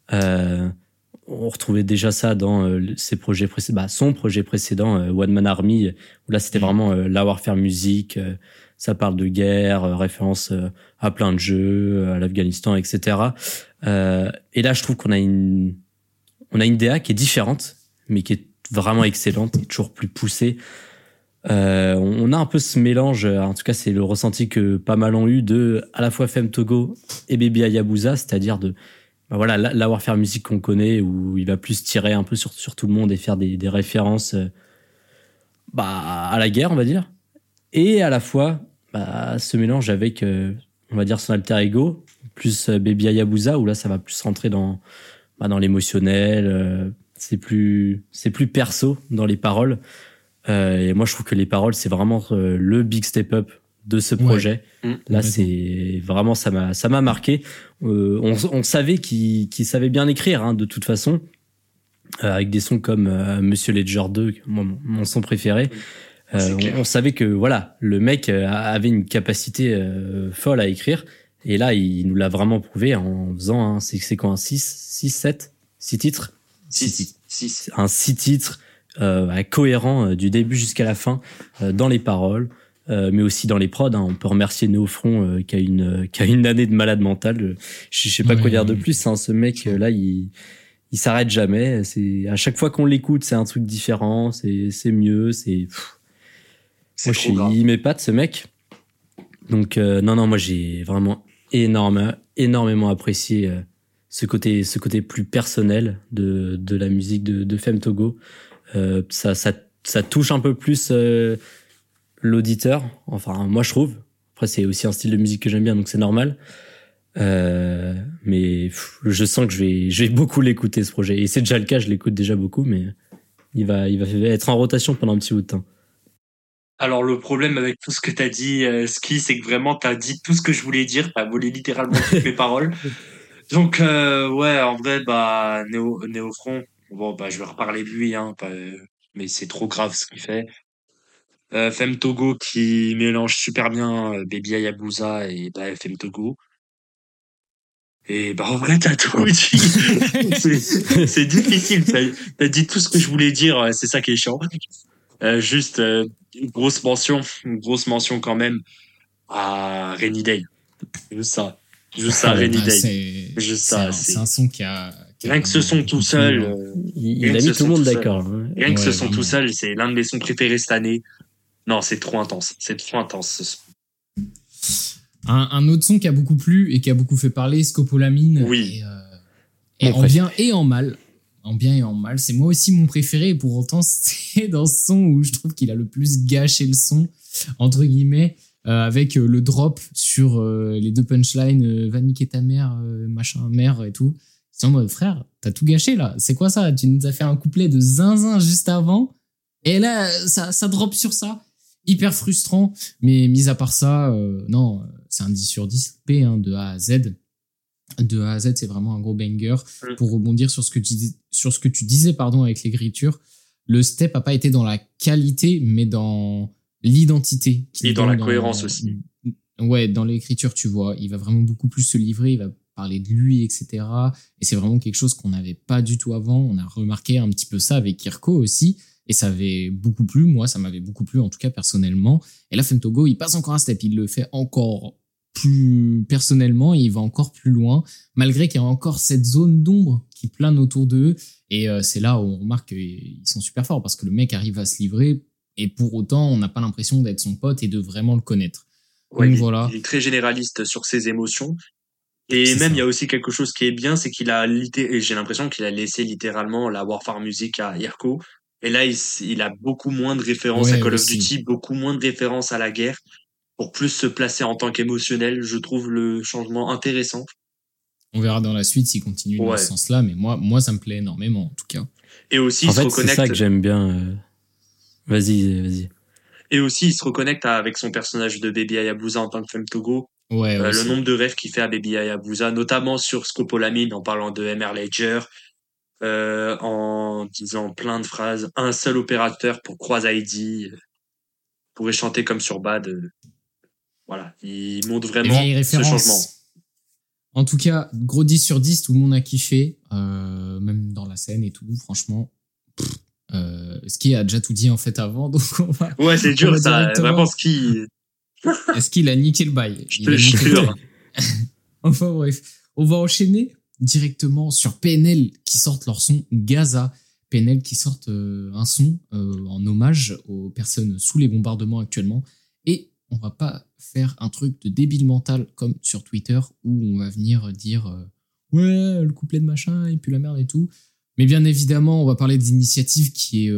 On retrouvait déjà ça dans ses projets précédents, son projet précédent, One Man Army, où là, c'était vraiment la warfare music. Ça parle de guerre, référence à plein de jeux, à l'Afghanistan, etc. Et là, je trouve qu'on a une DA qui est différente, mais qui est vraiment excellente et toujours plus poussée. On a un peu ce mélange, en tout cas, c'est le ressenti que pas mal ont eu de à la fois Femtogo et Baby Hayabusa, c'est-à-dire de voilà la warfare music qu'on connaît, où il va plus tirer un peu sur tout le monde et faire des références à la guerre, on va dire. Et à la fois, ce mélange avec, on va dire, son alter ego, plus Baby Hayabusa, où là, ça va plus rentrer dans l'émotionnel, c'est plus perso dans les paroles. Et moi, je trouve que les paroles, c'est vraiment le big step up de ce projet. Ouais. Là, c'est vraiment, ça m'a marqué. On savait qu'il savait bien écrire, hein, de toute façon, avec des sons comme Monsieur Ledger 2, mon son préféré. On savait que voilà, le mec avait une capacité folle à écrire, et là il nous l'a vraiment prouvé en faisant c'est quoi, un 6 titres, un 6 titres cohérent du début jusqu'à la fin, dans les paroles, mais aussi dans les prods, hein. On peut remercier Néofront qui a une année de malade mental. Je sais pas quoi dire de plus, hein. Ce mec là, il s'arrête jamais. C'est à chaque fois qu'on l'écoute, c'est un truc différent, c'est mieux, moi, il m'épate, ce mec. Donc, non, moi, j'ai vraiment énormément apprécié ce côté plus personnel de la musique de Femtogo. Ça touche un peu plus l'auditeur. Enfin, moi, je trouve. Après, c'est aussi un style de musique que j'aime bien, donc c'est normal. Mais je sens que je vais beaucoup l'écouter, ce projet. Et c'est déjà le cas, je l'écoute déjà beaucoup, mais il va être en rotation pendant un petit bout de temps. Alors, le problème avec tout ce que t'as dit, Ski, c'est que vraiment, t'as dit tout ce que je voulais dire. T'as volé littéralement toutes mes paroles. Donc, ouais, en vrai, Néofront, bon, je vais reparler de lui, hein, mais c'est trop grave ce qu'il fait. Femtogo qui mélange super bien Baby Hayabusa et Femtogo. Et en vrai, t'as tout dit. C'est difficile. T'as dit tout ce que je voulais dire. C'est ça qui est chiant. Juste une grosse mention quand même à Rainy Day. Juste ça, Rainy Day. Juste ça. C'est un son qui a rien que ce son tout seul. Il a mis tout le monde d'accord. Rien que ce son tout seul, c'est l'un de mes sons préférés cette année. Non, c'est trop intense. C'est trop intense ce son. Un autre son qui a beaucoup plu et qui a beaucoup fait parler, Scopolamine. Oui. Et en bien et en mal. en bien et en mal. C'est moi aussi mon préféré, et pour autant, c'est dans ce son où je trouve qu'il a le plus gâché le son, entre guillemets, avec le drop sur les deux punchlines, va niquer ta mère, machin, mère et tout. C'est en mode, frère, t'as tout gâché là. C'est quoi ça? Tu nous as fait un couplet de zinzin juste avant, et là, ça drop sur ça. Hyper frustrant, mais mis à part ça, non, c'est un 10 sur 10 P, hein, de A à Z. De A à Z, c'est vraiment un gros banger. Pour rebondir sur ce que tu disais, pardon, avec l'écriture, le step a pas été dans la qualité, mais dans l'identité. Et dans la cohérence aussi. Ouais, dans l'écriture, tu vois, il va vraiment beaucoup plus se livrer, il va parler de lui, etc. Et c'est vraiment quelque chose qu'on n'avait pas du tout avant. On a remarqué un petit peu ça avec Kirko aussi. Et ça avait beaucoup plu, moi, ça m'avait beaucoup plu, en tout cas personnellement. Et là, Femtogo, il passe encore un step, il le fait encore plus personnellement, et il va encore plus loin, malgré qu'il y a encore cette zone d'ombre qui plane autour d'eux. Et c'est là où on remarque qu'ils sont super forts, parce que le mec arrive à se livrer, et pour autant, on n'a pas l'impression d'être son pote et de vraiment le connaître. Ouais, Donc voilà. il est très généraliste sur ses émotions. Et C'est même, ça. il y a aussi quelque chose qui est bien, c'est qu'il a et j'ai l'impression qu'il a laissé littéralement la Warfare Music à Irko. Et là, il a beaucoup moins de références à Ouais, Call of aussi. Duty, beaucoup moins de références à la guerre, pour plus se placer en tant qu'émotionnel. Je trouve le changement intéressant. On verra dans la suite s'il continue dans Ouais. ce sens-là, mais moi, ça me plaît énormément, en tout cas. Et aussi, En il se fait, c'est reconnecte. ça que j'aime bien. Vas-y. Et aussi, il se reconnecte avec son personnage de Baby Hayabusa en tant que Femtogo. Ouais, Le aussi. nombre de rêves qu'il fait à Baby Hayabusa, notamment sur Scopolamine, en parlant de MR Ledger, en disant plein de phrases. Un seul opérateur pour Croise ID, pourrait chanter comme sur Bad. Voilà, il montre Les vraiment vieilles ce changement. références. En tout cas, gros 10 sur 10, tout le monde a kiffé, même dans la scène et tout, franchement. Ski a déjà tout dit en fait avant, donc on va... Ouais, c'est on dur va ça, directement- vraiment ski. Ski, il a niqué le bail. Je Il te a niqué le jure. bail. Enfin bref, on va enchaîner directement sur PNL qui sortent leur son Gaza. PNL qui sortent un son en hommage aux personnes sous les bombardements actuellement. Et on va pas faire un truc de débile mental comme sur Twitter où on va venir dire ouais, le couplet de machin et puis la merde et tout. Mais bien évidemment, on va parler des initiatives qui est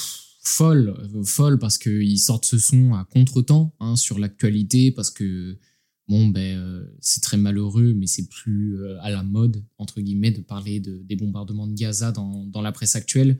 folle parce que ils sortent ce son à contre-temps, hein, sur l'actualité, parce que bon, c'est très malheureux, mais c'est plus à la mode, entre guillemets, de parler des bombardements de Gaza dans la presse actuelle.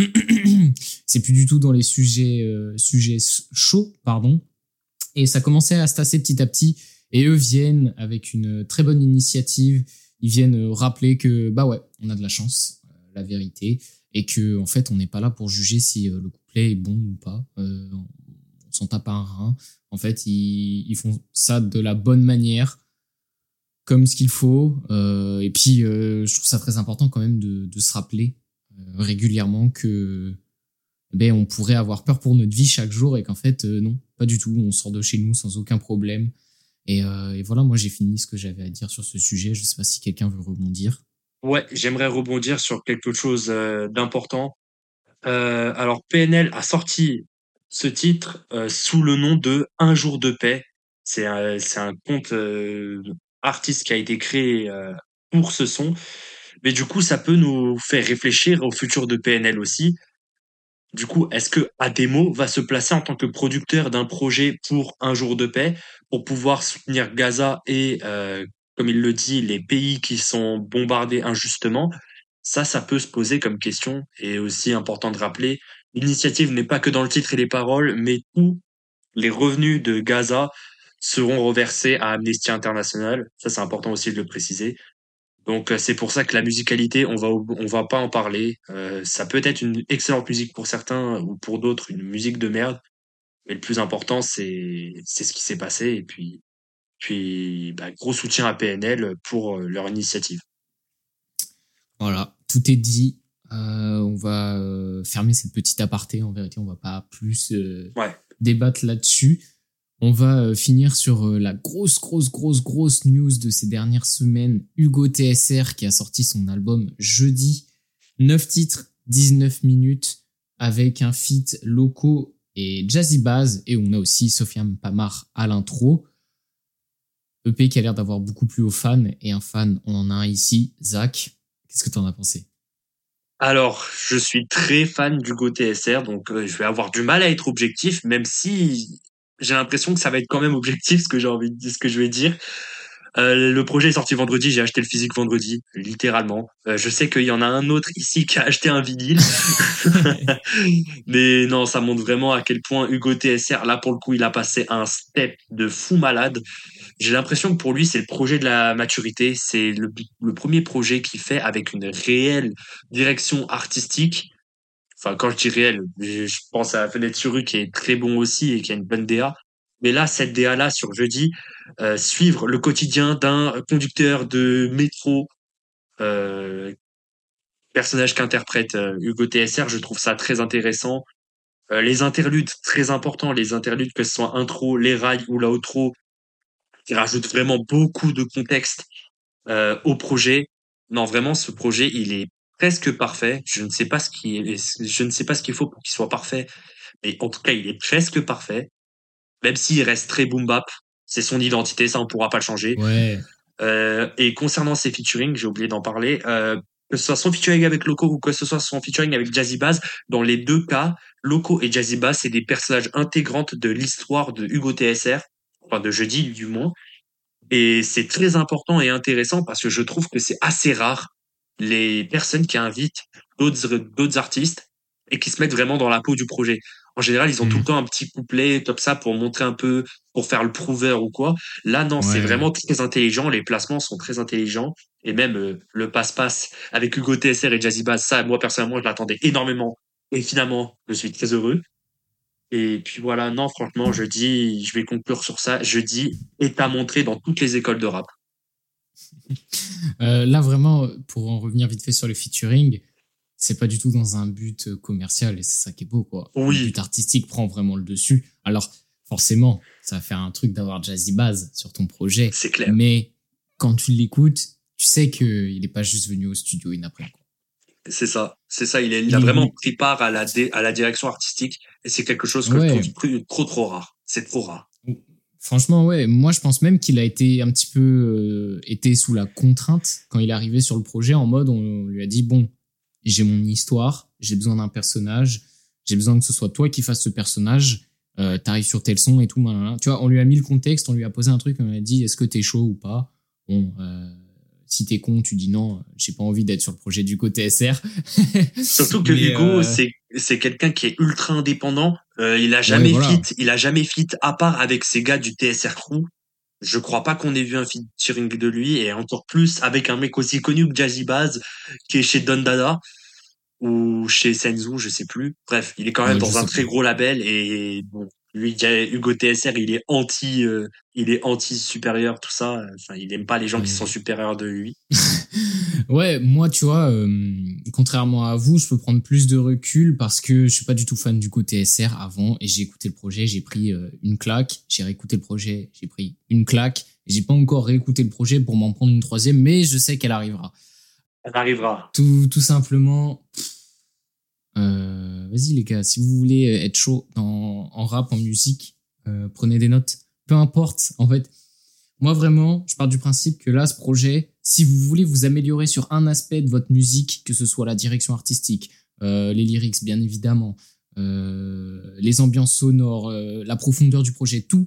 C'est plus du tout dans les sujets chauds, pardon. Et ça commençait à se tasser petit à petit. Et eux viennent avec une très bonne initiative. Ils viennent rappeler que, bah ouais, on a de la chance, la vérité. Et que, en fait, on n'est pas là pour juger si le couplet est bon ou pas. On s'en tape un rein. En fait, ils font ça de la bonne manière, comme ce qu'il faut. Et puis, je trouve ça très important quand même de se rappeler régulièrement que on pourrait avoir peur pour notre vie chaque jour et qu'en fait, non, pas du tout. On sort de chez nous sans aucun problème. Et voilà, moi, j'ai fini ce que j'avais à dire sur ce sujet. Je sais pas si quelqu'un veut rebondir. Ouais, j'aimerais rebondir sur quelque chose d'important. Alors, PNL a sorti ce titre sous le nom de Un jour de paix. C'est un compte artiste qui a été créé pour ce son. Mais du coup, ça peut nous faire réfléchir au futur de PNL aussi. Du coup, est-ce que Ademo va se placer en tant que producteur d'un projet pour Un jour de paix, pour pouvoir soutenir Gaza et, comme il le dit, les pays qui sont bombardés injustement? Ça peut se poser comme question, et aussi important de rappeler, l'initiative n'est pas que dans le titre et les paroles, mais tous les revenus de Gaza seront reversés à Amnesty International. Ça, c'est important aussi de le préciser. Donc c'est pour ça que la musicalité, on va pas en parler. Ça peut être une excellente musique pour certains ou pour d'autres une musique de merde, mais le plus important c'est ce qui s'est passé, et puis gros soutien à PNL pour leur initiative. Voilà, tout est dit. On va fermer cette petite aparté. En vérité, on va pas plus Ouais. débattre là-dessus. On va finir sur la grosse news de ces dernières semaines. Hugo TSR qui a sorti son album jeudi. 9 titres, 19 minutes, avec un feat Loco et Jazzy Baz. Et on a aussi Sofiane Pamar à l'intro. EP qui a l'air d'avoir beaucoup plu aux fans. Et un fan, on en a un ici, Zach. Qu'est-ce que t'en as pensé? Alors, je suis très fan d'Hugo TSR, donc je vais avoir du mal à être objectif, même si j'ai l'impression que ça va être quand même objectif ce que je vais dire. Le projet est sorti vendredi, j'ai acheté le physique vendredi, littéralement. Je sais qu'il y en a un autre ici qui a acheté un vinyle. Mais non, ça montre vraiment à quel point Hugo TSR, là pour le coup, il a passé un step de fou malade. J'ai l'impression que pour lui, c'est le projet de la maturité. C'est le premier projet qu'il fait avec une réelle direction artistique. Enfin, quand je dis réelle, je pense à Fenêtre sur rue qui est très bon aussi et qui a une bonne DA. Mais là, cette DA-là, sur jeudi, suivre le quotidien d'un conducteur de métro, euh, personnage qu'interprète Hugo TSR, je trouve ça très intéressant. Les interludes, très importants, les interludes, que ce soit intro, les rails ou la outro, qui rajoutent vraiment beaucoup de contexte au projet. Non, vraiment, ce projet, il est presque parfait. Je ne sais pas ce qu'il faut pour qu'il soit parfait, mais en tout cas, il est presque parfait. Même s'il reste très boom bap, c'est son identité, ça on pourra pas le changer. Ouais. Et concernant ses featuring, j'ai oublié d'en parler. Que ce soit son featuring avec Loco ou que ce soit son featuring avec Jazzy Bass, dans les deux cas, Loco et Jazzy Bass, c'est des personnages intégrantes de l'histoire de Hugo TSR, enfin de Jeudi du moins. Et c'est très important et intéressant parce que je trouve que c'est assez rare les personnes qui invitent d'autres artistes et qui se mettent vraiment dans la peau du projet. En général, ils ont tout le temps un petit couplet comme ça pour montrer un peu, pour faire le prouveur ou quoi. Là, non, c'est Ouais. vraiment très intelligent. Les placements sont très intelligents. Et même le passe-passe avec Hugo TSR et Jazzy Bass, ça, moi, personnellement, je l'attendais énormément. Et finalement, je suis très heureux. Et puis voilà, non, franchement, je vais conclure sur ça. Jeudi est à montrer dans toutes les écoles de rap. Là, vraiment, pour en revenir vite fait sur le featuring, c'est pas du tout dans un but commercial et c'est ça qui est beau, quoi. Oui. Le but artistique prend vraiment le dessus. Alors, forcément, ça va faire un truc d'avoir Jazzy Bass sur ton projet. C'est clair. Mais quand tu l'écoutes, tu sais qu'il est pas juste venu au studio une après, quoi. C'est ça. Il a vraiment pris part à la direction artistique et c'est quelque chose que Ouais. je trouve trop rare. C'est trop rare. Franchement, ouais. Moi, je pense même qu'il a été un petit peu été sous la contrainte quand il est arrivé sur le projet, en mode on lui a dit bon, j'ai mon histoire, j'ai besoin d'un personnage, j'ai besoin que ce soit toi qui fasses ce personnage. T'arrives sur tel son et tout, malin. Tu vois, on lui a mis le contexte, on lui a posé un truc, on lui a dit est-ce que t'es chaud ou pas. Bon, si t'es con, tu dis non, j'ai pas envie d'être sur le projet du côté SR. Surtout que Mais, Hugo, c'est quelqu'un qui est ultra indépendant. Il a jamais fit à part avec ces gars du TSR Crew. Je crois pas qu'on ait vu un featuring de lui et encore plus avec un mec aussi connu que Jazzy Bass qui est chez Don Dada ou chez Senzu, je sais plus. Bref, il est quand même dans un très gros label et bon, lui, Hugo TSR, il est anti supérieur, tout ça. Enfin, il aime pas les gens qui sont supérieurs de lui. Ouais, moi, tu vois, contrairement à vous, je peux prendre plus de recul parce que je suis pas du tout fan du côté SR avant et j'ai écouté le projet, j'ai pris une claque, j'ai réécouté le projet, j'ai pris une claque, et j'ai pas encore réécouté le projet pour m'en prendre une troisième, mais je sais qu'elle arrivera. Elle arrivera. Tout simplement. Vas-y les gars, si vous voulez être chaud en rap, en musique, prenez des notes. Peu importe, en fait. Moi vraiment, je pars du principe que là, ce projet, si vous voulez vous améliorer sur un aspect de votre musique, que ce soit la direction artistique, les lyrics bien évidemment, les ambiances sonores, la profondeur du projet, tout,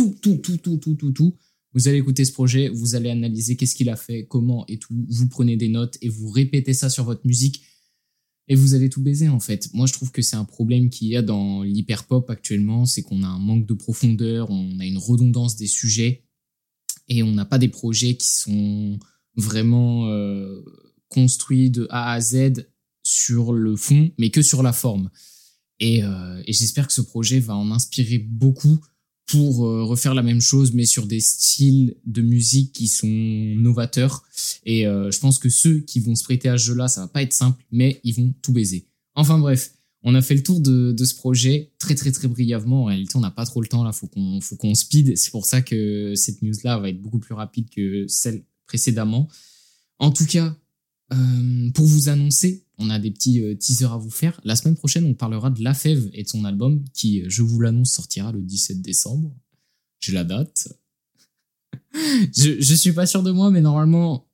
vous allez écouter ce projet, vous allez analyser qu'est-ce qu'il a fait, comment et tout, vous prenez des notes et vous répétez ça sur votre musique et vous allez tout baiser en fait. Moi je trouve que c'est un problème qu'il y a dans l'hyperpop actuellement, c'est qu'on a un manque de profondeur, on a une redondance des sujets et on n'a pas des projets qui sont vraiment construits de A à Z sur le fond, mais que sur la forme. Et j'espère que ce projet va en inspirer beaucoup pour refaire la même chose, mais sur des styles de musique qui sont novateurs. Et je pense que ceux qui vont se prêter à ce jeu-là, ça va pas être simple, mais ils vont tout baiser. Enfin bref, on a fait le tour de ce projet très brièvement. En réalité, on n'a pas trop le temps là, faut qu'on speed. C'est pour ça que cette news-là va être beaucoup plus rapide que celle précédemment. En tout cas, pour vous annoncer, on a des petits teasers à vous faire. La semaine prochaine, on parlera de La Fève et de son album qui, je vous l'annonce, sortira le 17 décembre. J'ai la date. Je suis pas sûr de moi, mais normalement,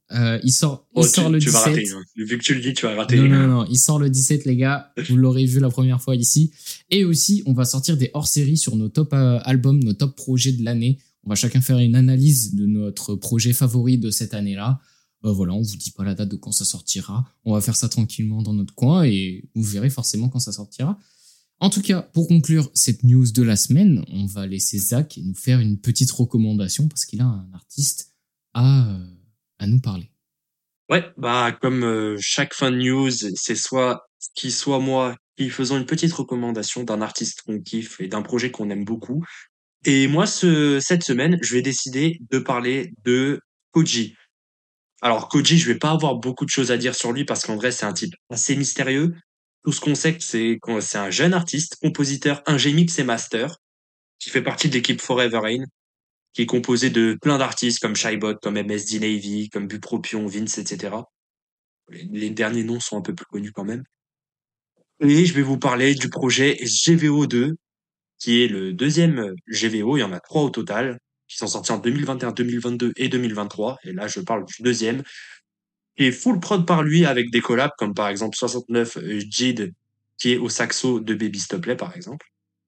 Il sort Oh, le tu vas 17. rater. Hein. Vu que tu le dis, tu vas rater. Non, il sort le 17, les gars. Vous l'aurez vu la première fois ici. Et aussi, on va sortir des hors-séries sur nos top albums, nos top projets de l'année. On va chacun faire une analyse de notre projet favori de cette année-là. Voilà, on vous dit pas la date de quand ça sortira. On va faire ça tranquillement dans notre coin et vous verrez forcément quand ça sortira. En tout cas, pour conclure cette news de la semaine, on va laisser Zach nous faire une petite recommandation parce qu'il a un artiste à nous parler. Ouais, bah comme chaque fin de news, c'est soit moi qui faisons une petite recommandation d'un artiste qu'on kiffe et d'un projet qu'on aime beaucoup. Et moi, cette semaine, je vais décider de parler de Koji. Alors Koji, je vais pas avoir beaucoup de choses à dire sur lui parce qu'en vrai, c'est un type assez mystérieux. Tout ce qu'on sait, c'est que c'est un jeune artiste, compositeur, ingé mix et master, qui fait partie de l'équipe Forever Rain, qui est composée de plein d'artistes comme Shybot, comme MSD Navy, comme Bupropion, Vince, etc. Les derniers noms sont un peu plus connus quand même. Et je vais vous parler du projet GVO2, qui est le deuxième GVO. Il y en a 3 au total, qui sont sortis en 2021, 2022 et 2023. Et là, je parle du deuxième, qui est full prod par lui avec des collabs, comme par exemple 69 Jid, qui est au saxo de Baby Stop Play, par exemple.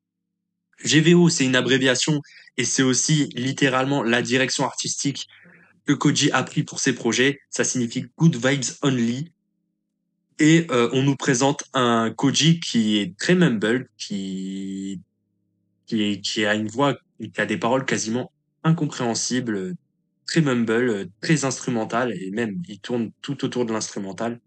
GVO, c'est une abréviation et c'est aussi littéralement la direction artistique que Koji a pris pour ses projets. Ça signifie Good Vibes Only. Et on nous présente un Koji qui est très mumble, qui a une voix, qui a des paroles quasiment incompréhensibles, très mumble, très instrumental, et même il tourne tout autour de l'instrumental.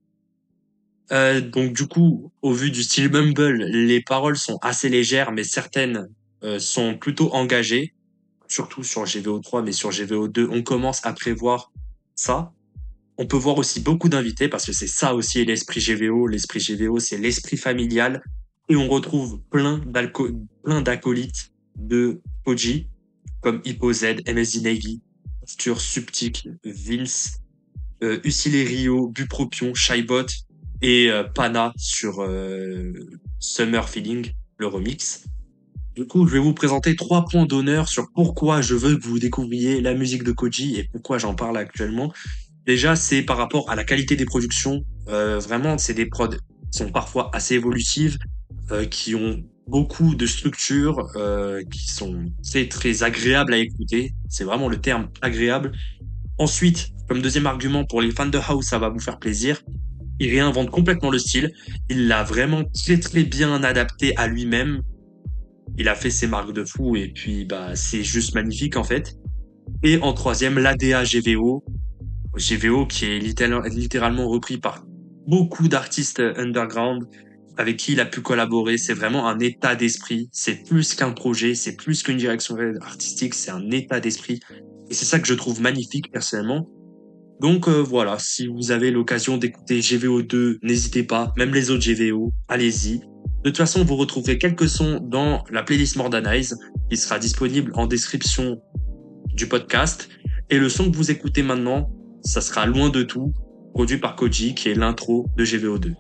Donc du coup, au vu du style mumble, les paroles sont assez légères, mais certaines sont plutôt engagées, surtout sur GVO3, mais sur GVO2, on commence à prévoir ça. On peut voir aussi beaucoup d'invités parce que c'est ça aussi l'esprit GVO. L'esprit GVO, c'est l'esprit familial. Et on retrouve plein d'acolytes de Koji, comme Hippo Z, MSD Navy, Stur, Subtic, Vince, Ucile Rio, Bupropion, Shybot et Pana sur Summer Feeling, le remix. Du coup, je vais vous présenter 3 points d'honneur sur pourquoi je veux que vous découvriez la musique de Koji et pourquoi j'en parle actuellement. Déjà, c'est par rapport à la qualité des productions. Vraiment, c'est des prods qui sont parfois assez évolutives, qui ont beaucoup de structure, qui sont très très agréables à écouter. C'est vraiment le terme agréable. Ensuite, comme deuxième argument pour les fans de house, ça va vous faire plaisir. Il réinvente complètement le style. Il l'a vraiment très très bien adapté à lui-même. Il a fait ses marques de fou et puis bah c'est juste magnifique en fait. Et en troisième, l'ADA GVO. GVO qui est littéralement repris par beaucoup d'artistes underground avec qui il a pu collaborer. C'est vraiment un état d'esprit. C'est plus qu'un projet, c'est plus qu'une direction artistique, c'est un état d'esprit. Et c'est ça que je trouve magnifique personnellement. Donc voilà, si vous avez l'occasion d'écouter GVO2, n'hésitez pas. Même les autres GVO, allez-y. De toute façon, vous retrouverez quelques sons dans la playlist Mordanize qui sera disponible en description du podcast. Et le son que vous écoutez maintenant, ça sera Loin de tout, produit par Koji, qui est l'intro de GVO2.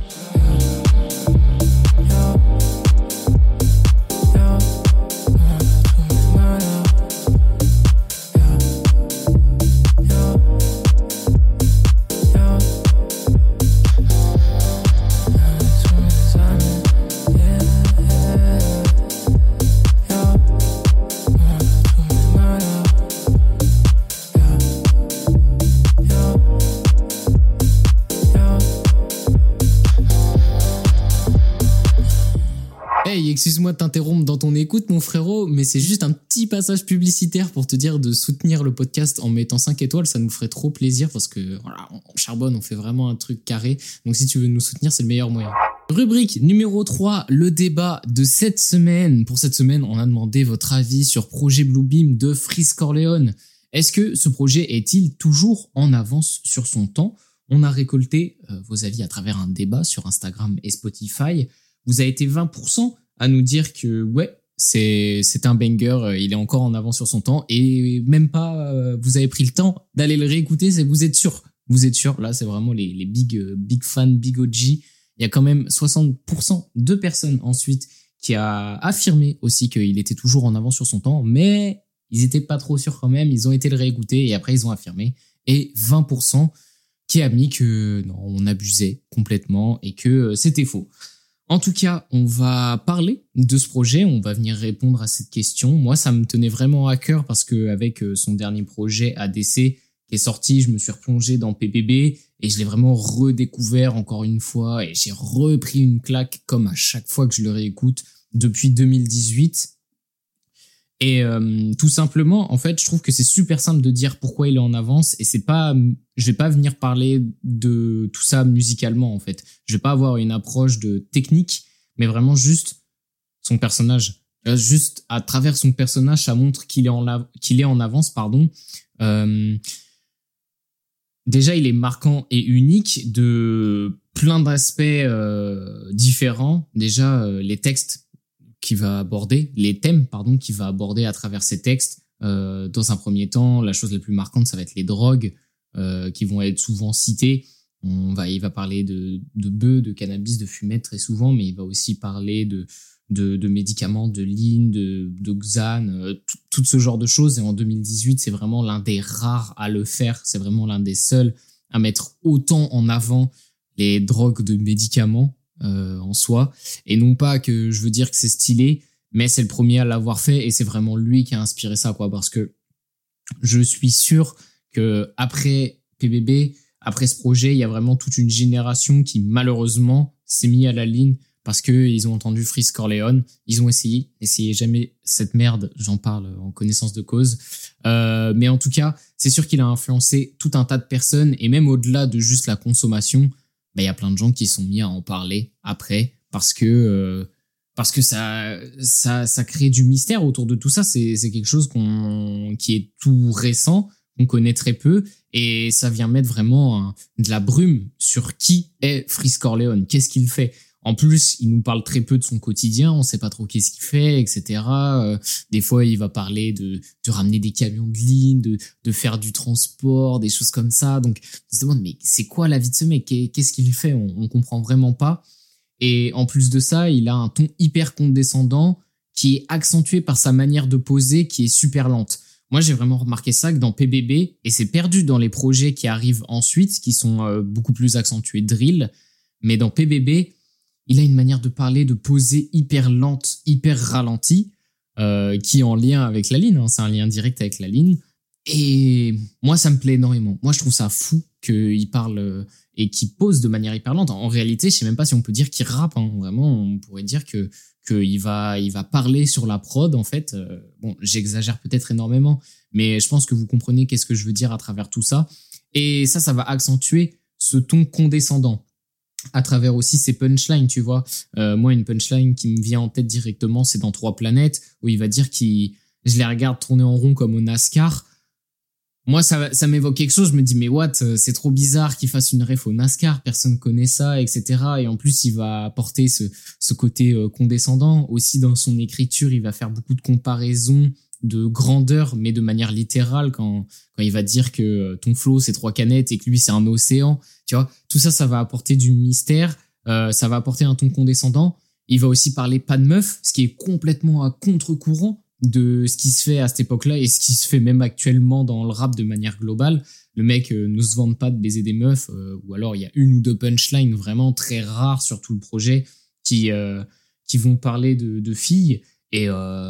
Hey, excuse-moi de t'interrompre dans ton écoute, mon frérot, mais c'est juste un petit passage publicitaire pour te dire de soutenir le podcast en mettant 5 étoiles, ça nous ferait trop plaisir parce que voilà, on charbonne, on fait vraiment un truc carré. Donc si tu veux nous soutenir, c'est le meilleur moyen. Rubrique numéro 3, le débat de cette semaine. Pour cette semaine, on a demandé votre avis sur Projet Bluebeam de Freeze Corleone. Est-ce que ce projet est-il toujours en avance sur son temps ? On a récolté vos avis à travers un débat sur Instagram et Spotify. Vous avez été 20% à nous dire que ouais, c'est un banger, il est encore en avance sur son temps et même pas vous avez pris le temps d'aller le réécouter, vous êtes sûr. Là, c'est vraiment les big fans, big OG. Il y a quand même 60% de personnes ensuite qui a affirmé aussi qu'il était toujours en avance sur son temps, mais ils étaient pas trop sûrs quand même, ils ont été le réécouter et après ils ont affirmé. et 20% qui a mis que non, on abusait complètement et que c'était faux. En tout cas, on va parler de ce projet, on va venir répondre à cette question. Moi, ça me tenait vraiment à cœur parce que avec son dernier projet ADC qui est sorti, je me suis replongé dans PBB et je l'ai vraiment redécouvert encore une fois et j'ai repris une claque comme à chaque fois que je le réécoute depuis 2018. Et tout simplement, en fait, je trouve que c'est super simple de dire pourquoi il est en avance et c'est pas, je vais pas venir parler de tout ça musicalement en fait. Je vais pas avoir une approche de technique, mais vraiment juste son personnage. Juste à travers son personnage, ça montre qu'il est en avance, pardon. Déjà, il est marquant et unique de plein d'aspects différents. Déjà, les textes qu'il va aborder, les thèmes, pardon, qu'il va aborder à travers ses textes. Dans un premier temps, la chose la plus marquante, ça va être les drogues qui vont être souvent citées. Il va parler de bœufs, de cannabis, de fumette très souvent, mais il va aussi parler de médicaments, de lean, de Xan, tout ce genre de choses. Et en 2018, c'est vraiment l'un des rares à le faire. C'est vraiment l'un des seuls à mettre autant en avant les drogues de médicaments en soi. Et non pas que je veux dire que c'est stylé, mais c'est le premier à l'avoir fait et c'est vraiment lui qui a inspiré ça, quoi. Parce que je suis sûr que après PBB, après ce projet, il y a vraiment toute une génération qui malheureusement s'est mis à la ligne parce que ils ont entendu Freeze Corleone, ils ont essayé jamais cette merde, j'en parle en connaissance de cause. Mais en tout cas, c'est sûr qu'il a influencé tout un tas de personnes et même au-delà de juste la consommation, il y a plein de gens qui sont mis à en parler après parce que ça crée du mystère autour de tout ça. C'est quelque chose qui est tout récent, qu'on connaît très peu et ça vient mettre vraiment de la brume sur qui est Freeze Corleone, qu'est-ce qu'il fait. En plus, il nous parle très peu de son quotidien, on sait pas trop qu'est-ce qu'il fait, etc. Des fois, il va parler de ramener des camions de ligne, de faire du transport, des choses comme ça. Donc, on se demande, mais c'est quoi la vie de ce mec? Qu'est-ce qu'il fait? On comprend vraiment pas. Et en plus de ça, il a un ton hyper condescendant qui est accentué par sa manière de poser qui est super lente. Moi, j'ai vraiment remarqué ça que dans PBB, et c'est perdu dans les projets qui arrivent ensuite, qui sont beaucoup plus accentués drill, mais dans PBB, il a une manière de parler, de poser hyper lente, hyper ralentie, qui est en lien avec la ligne, hein. C'est un lien direct avec la ligne. Et moi, ça me plaît énormément. Moi, je trouve ça fou qu'il parle et qu'il pose de manière hyper lente. En réalité, je sais même pas si on peut dire qu'il rappe, hein. Vraiment, on pourrait dire que il va parler sur la prod, en fait. Bon, j'exagère peut-être énormément, mais je pense que vous comprenez qu'est-ce que je veux dire à travers tout ça. Et ça va accentuer ce ton condescendant à travers aussi ses punchlines, tu vois. Moi, une punchline qui me vient en tête directement, c'est dans 3 planètes, où il va dire je les regarde tourner en rond comme au NASCAR. Moi, ça m'évoque quelque chose, je me dis, mais what, c'est trop bizarre qu'il fasse une ref au NASCAR, personne connaît ça, etc. Et en plus, il va apporter ce côté condescendant. Aussi, dans son écriture, il va faire beaucoup de comparaisons de grandeur, mais de manière littérale, quand il va dire que ton flow, c'est 3 canettes et que lui, c'est un océan. Tu vois, tout ça, ça va apporter du mystère, ça va apporter un ton condescendant. Il va aussi parler pas de meuf, ce qui est complètement à contre-courant de ce qui se fait à cette époque-là et ce qui se fait même actuellement dans le rap de manière globale. Le mec ne se vante pas de baiser des meufs, ou alors il y a 1 ou 2 punchlines vraiment très rares sur tout le projet qui vont parler de filles. Et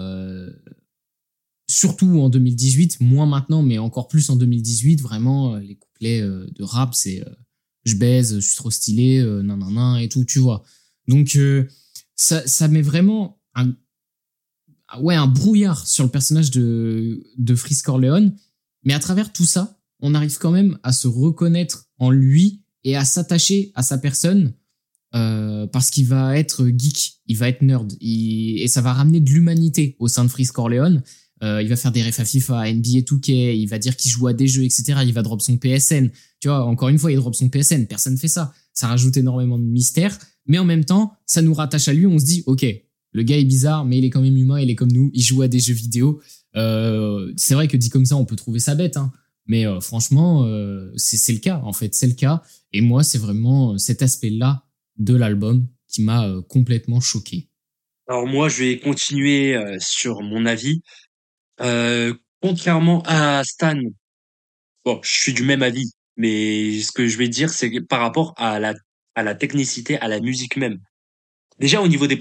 surtout en 2018, moins maintenant, mais encore plus en 2018, vraiment, les couplets de rap, c'est je baise, je suis trop stylé, nan et tout, tu vois. Donc, ça met vraiment un brouillard sur le personnage de Freeze Corleone. Mais à travers tout ça, on arrive quand même à se reconnaître en lui et à s'attacher à sa personne parce qu'il va être geek, il va être nerd. Et ça va ramener de l'humanité au sein de Freeze Corleone. Il va faire des refs à FIFA, NBA 2K, il va dire qu'il joue à des jeux, etc. Il va drop son PSN. Tu vois, encore une fois, il drop son PSN. Personne fait ça. Ça rajoute énormément de mystère. Mais en même temps, ça nous rattache à lui. On se dit, ok, le gars est bizarre, mais il est quand même humain, il est comme nous. Il joue à des jeux vidéo. C'est vrai que dit comme ça, on peut trouver ça bête, hein. Mais franchement, c'est le cas, en fait. C'est le cas. Et moi, c'est vraiment cet aspect-là de l'album qui m'a complètement choqué. Alors moi, je vais continuer sur mon avis. Contrairement à Stan, Bon, je suis du même avis, mais ce que je vais dire, c'est que par rapport à la technicité, à la musique même. Déjà,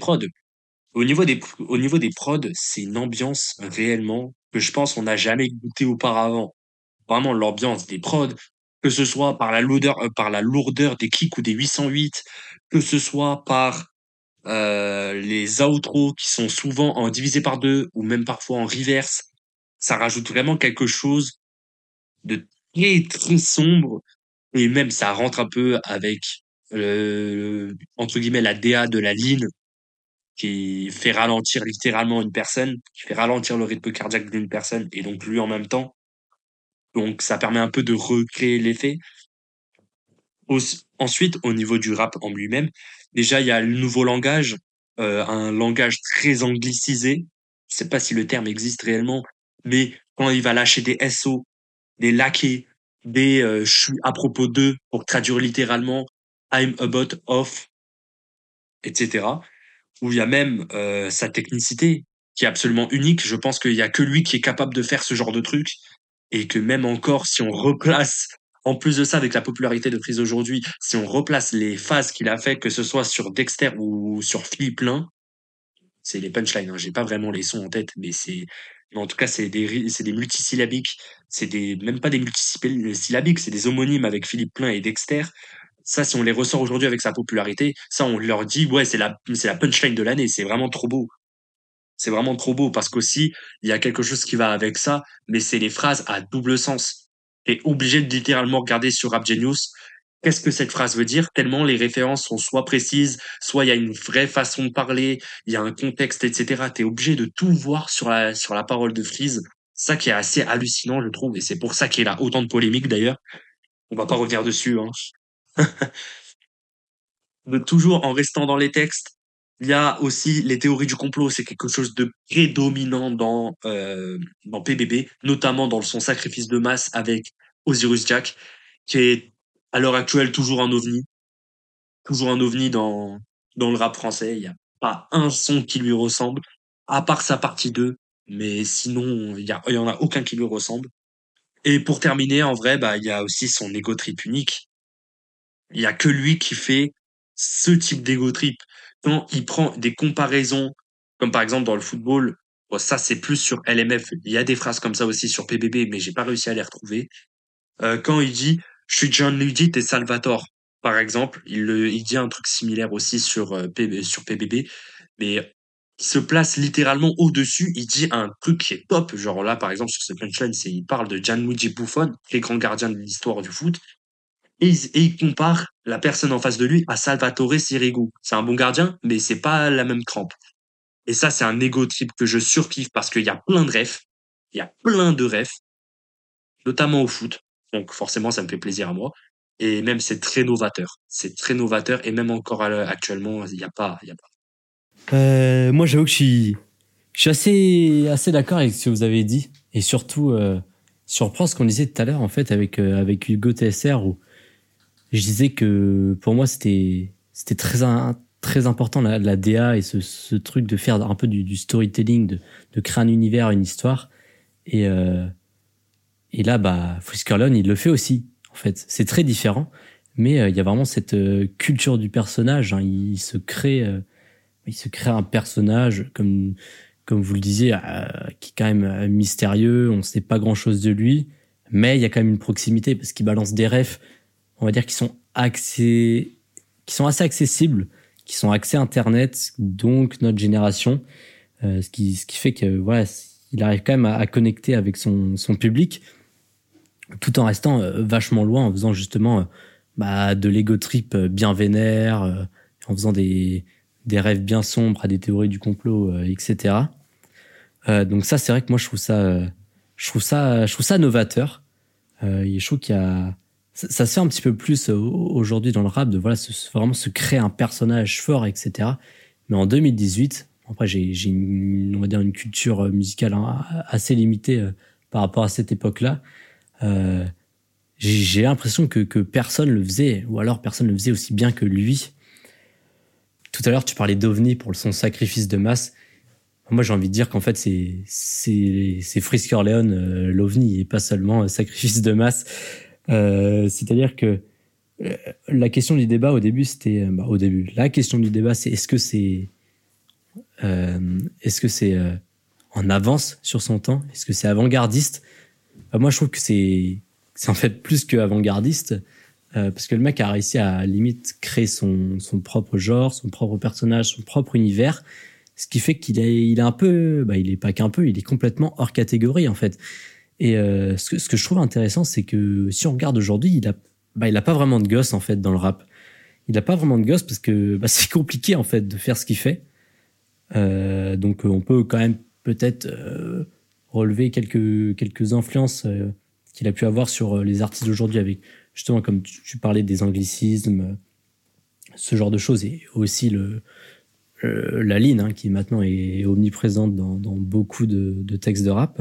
au niveau des prods, c'est une ambiance réellement que je pense on n'a jamais goûté auparavant. Vraiment, l'ambiance des prods, que ce soit par la lourdeur des kicks ou des 808, que ce soit par les outros qui sont souvent en divisé par deux ou même parfois en reverse, ça rajoute vraiment quelque chose de très très sombre et même ça rentre un peu avec entre guillemets la DA de la ligne qui fait ralentir littéralement une personne, qui fait ralentir le rythme cardiaque d'une personne et donc lui en même temps. Donc ça permet un peu de recréer l'effet. Ensuite, au niveau du rap en lui-même, déjà il y a le nouveau langage, un langage très anglicisé. Je sais pas si le terme existe réellement, mais quand il va lâcher des SO, des laqués, des je suis à propos d'eux pour traduire littéralement I'm about off, etc. Où il y a même sa technicité qui est absolument unique. Je pense qu'il y a que lui qui est capable de faire ce genre de truc et que même encore, si on replace, en plus de ça, avec la popularité de Freeze aujourd'hui, si on replace les phases qu'il a fait, que ce soit sur Dexter ou sur Philippe Lain, c'est les punchlines, hein. J'ai pas vraiment les sons en tête, mais en tout cas, c'est des multisyllabiques, c'est des, même pas des multisyllabiques, c'est des homonymes avec Philippe Lain et Dexter. Ça, si on les ressort aujourd'hui avec sa popularité, ça, on leur dit, ouais, c'est la punchline de l'année. C'est vraiment trop beau. C'est vraiment trop beau parce qu'aussi, il y a quelque chose qui va avec ça, mais c'est les phrases à double sens. T'es obligé de littéralement regarder sur Rap Genius qu'est-ce que cette phrase veut dire, tellement les références sont soit précises, soit il y a une vraie façon de parler, il y a un contexte, etc. T'es obligé de tout voir sur la parole de Freeze. Ça qui est assez hallucinant, je trouve, et c'est pour ça qu'il a autant de polémiques d'ailleurs. On va pas revenir dessus, hein. De toujours en restant dans les textes. Il y a aussi les théories du complot, c'est quelque chose de prédominant dans PBB, notamment dans son sacrifice de masse avec Osiris Jack, qui est à l'heure actuelle toujours un ovni dans le rap français. Il n'y a pas un son qui lui ressemble, à part sa partie 2, mais sinon, il y en a aucun qui lui ressemble. Et pour terminer, en vrai, bah, il y a aussi son ego trip unique. Il y a que lui qui fait ce type d'ego trip. Quand il prend des comparaisons, comme par exemple dans le football, bon, ça c'est plus sur LMF. Il y a des phrases comme ça aussi sur PBB, mais j'ai pas réussi à les retrouver. Quand il dit je suis John Ludit et Salvatore, par exemple, il dit un truc similaire aussi sur PBB, mais il se place littéralement au-dessus. Il dit un truc qui est top. Genre là, par exemple, sur ce punchline, il parle de Gianluigi Buffon, les grands gardiens de l'histoire du foot. Et il compare la personne en face de lui à Salvatore Sirigu. C'est un bon gardien, mais c'est pas la même trempe. Et ça, c'est un ego trip que je surkiffe parce qu'il y a plein de refs. Il y a plein de refs, notamment au foot. Donc forcément, ça me fait plaisir à moi. Et même, c'est très novateur. C'est très novateur. Et même encore actuellement, il y a pas. Moi, j'avoue que je suis assez d'accord avec ce que vous avez dit. Et surtout, si on reprend ce qu'on disait tout à l'heure, en fait, avec Hugo TSR, où je disais que pour moi, c'était très important, la DA et ce truc de faire un peu du storytelling, de créer un univers, une histoire. Et là, bah, Friskerlon, il le fait aussi, en fait. C'est très différent. Mais il y a vraiment cette culture du personnage, hein. Il se crée un personnage comme vous le disiez, qui est quand même mystérieux. On sait pas grand chose de lui, mais il y a quand même une proximité parce qu'il balance des refs, on va dire, qui sont assez accessibles, qui sont accès internet, donc notre génération, ce qui fait que voilà, il arrive quand même à connecter avec son public, tout en restant vachement loin, en faisant justement de l'ego trip bien vénère, en faisant des rêves bien sombres à des théories du complot, etc. Donc ça, c'est vrai que moi je trouve ça novateur. Et je trouve qu'il y a ça se fait un petit peu plus aujourd'hui dans le rap, de voilà, vraiment se créer un personnage fort, etc. Mais en 2018, après j'ai on va dire une culture musicale assez limitée par rapport à cette époque-là. J'ai l'impression que personne le faisait, ou alors personne le faisait aussi bien que lui. Tout à l'heure, tu parlais d'OVNI pour son sacrifice de masse. Moi, j'ai envie de dire qu'en fait, c'est Frisk Orleans, l'OVNI, et pas seulement sacrifice de masse. C'est-à-dire que la question du débat au début, c'était la question du débat, c'est est-ce que c'est en avance sur son temps, est-ce que c'est avant-gardiste? Moi, je trouve que c'est en fait plus que avant-gardiste, parce que le mec a réussi à limite créer son propre genre, son propre personnage, son propre univers. Ce qui fait qu'il est un peu, il est pas qu'un peu, il est complètement hors catégorie en fait. Et ce que je trouve intéressant, c'est que si on regarde aujourd'hui, il a pas vraiment de gosse en fait dans le rap. Il a pas vraiment de gosse parce que c'est compliqué en fait de faire ce qu'il fait. Donc on peut quand même peut-être relever quelques influences qu'il a pu avoir sur les artistes d'aujourd'hui, avec justement comme tu parlais des anglicismes, ce genre de choses, et aussi la ligne qui maintenant est omniprésente dans beaucoup de textes de rap.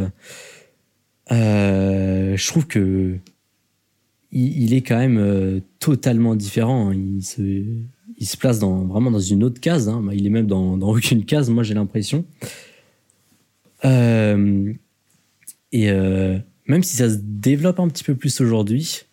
Je trouve que il est quand même totalement différent. Il se place vraiment dans une autre case. Il est même dans aucune case, moi j'ai l'impression. Même si ça se développe un petit peu plus aujourd'hui,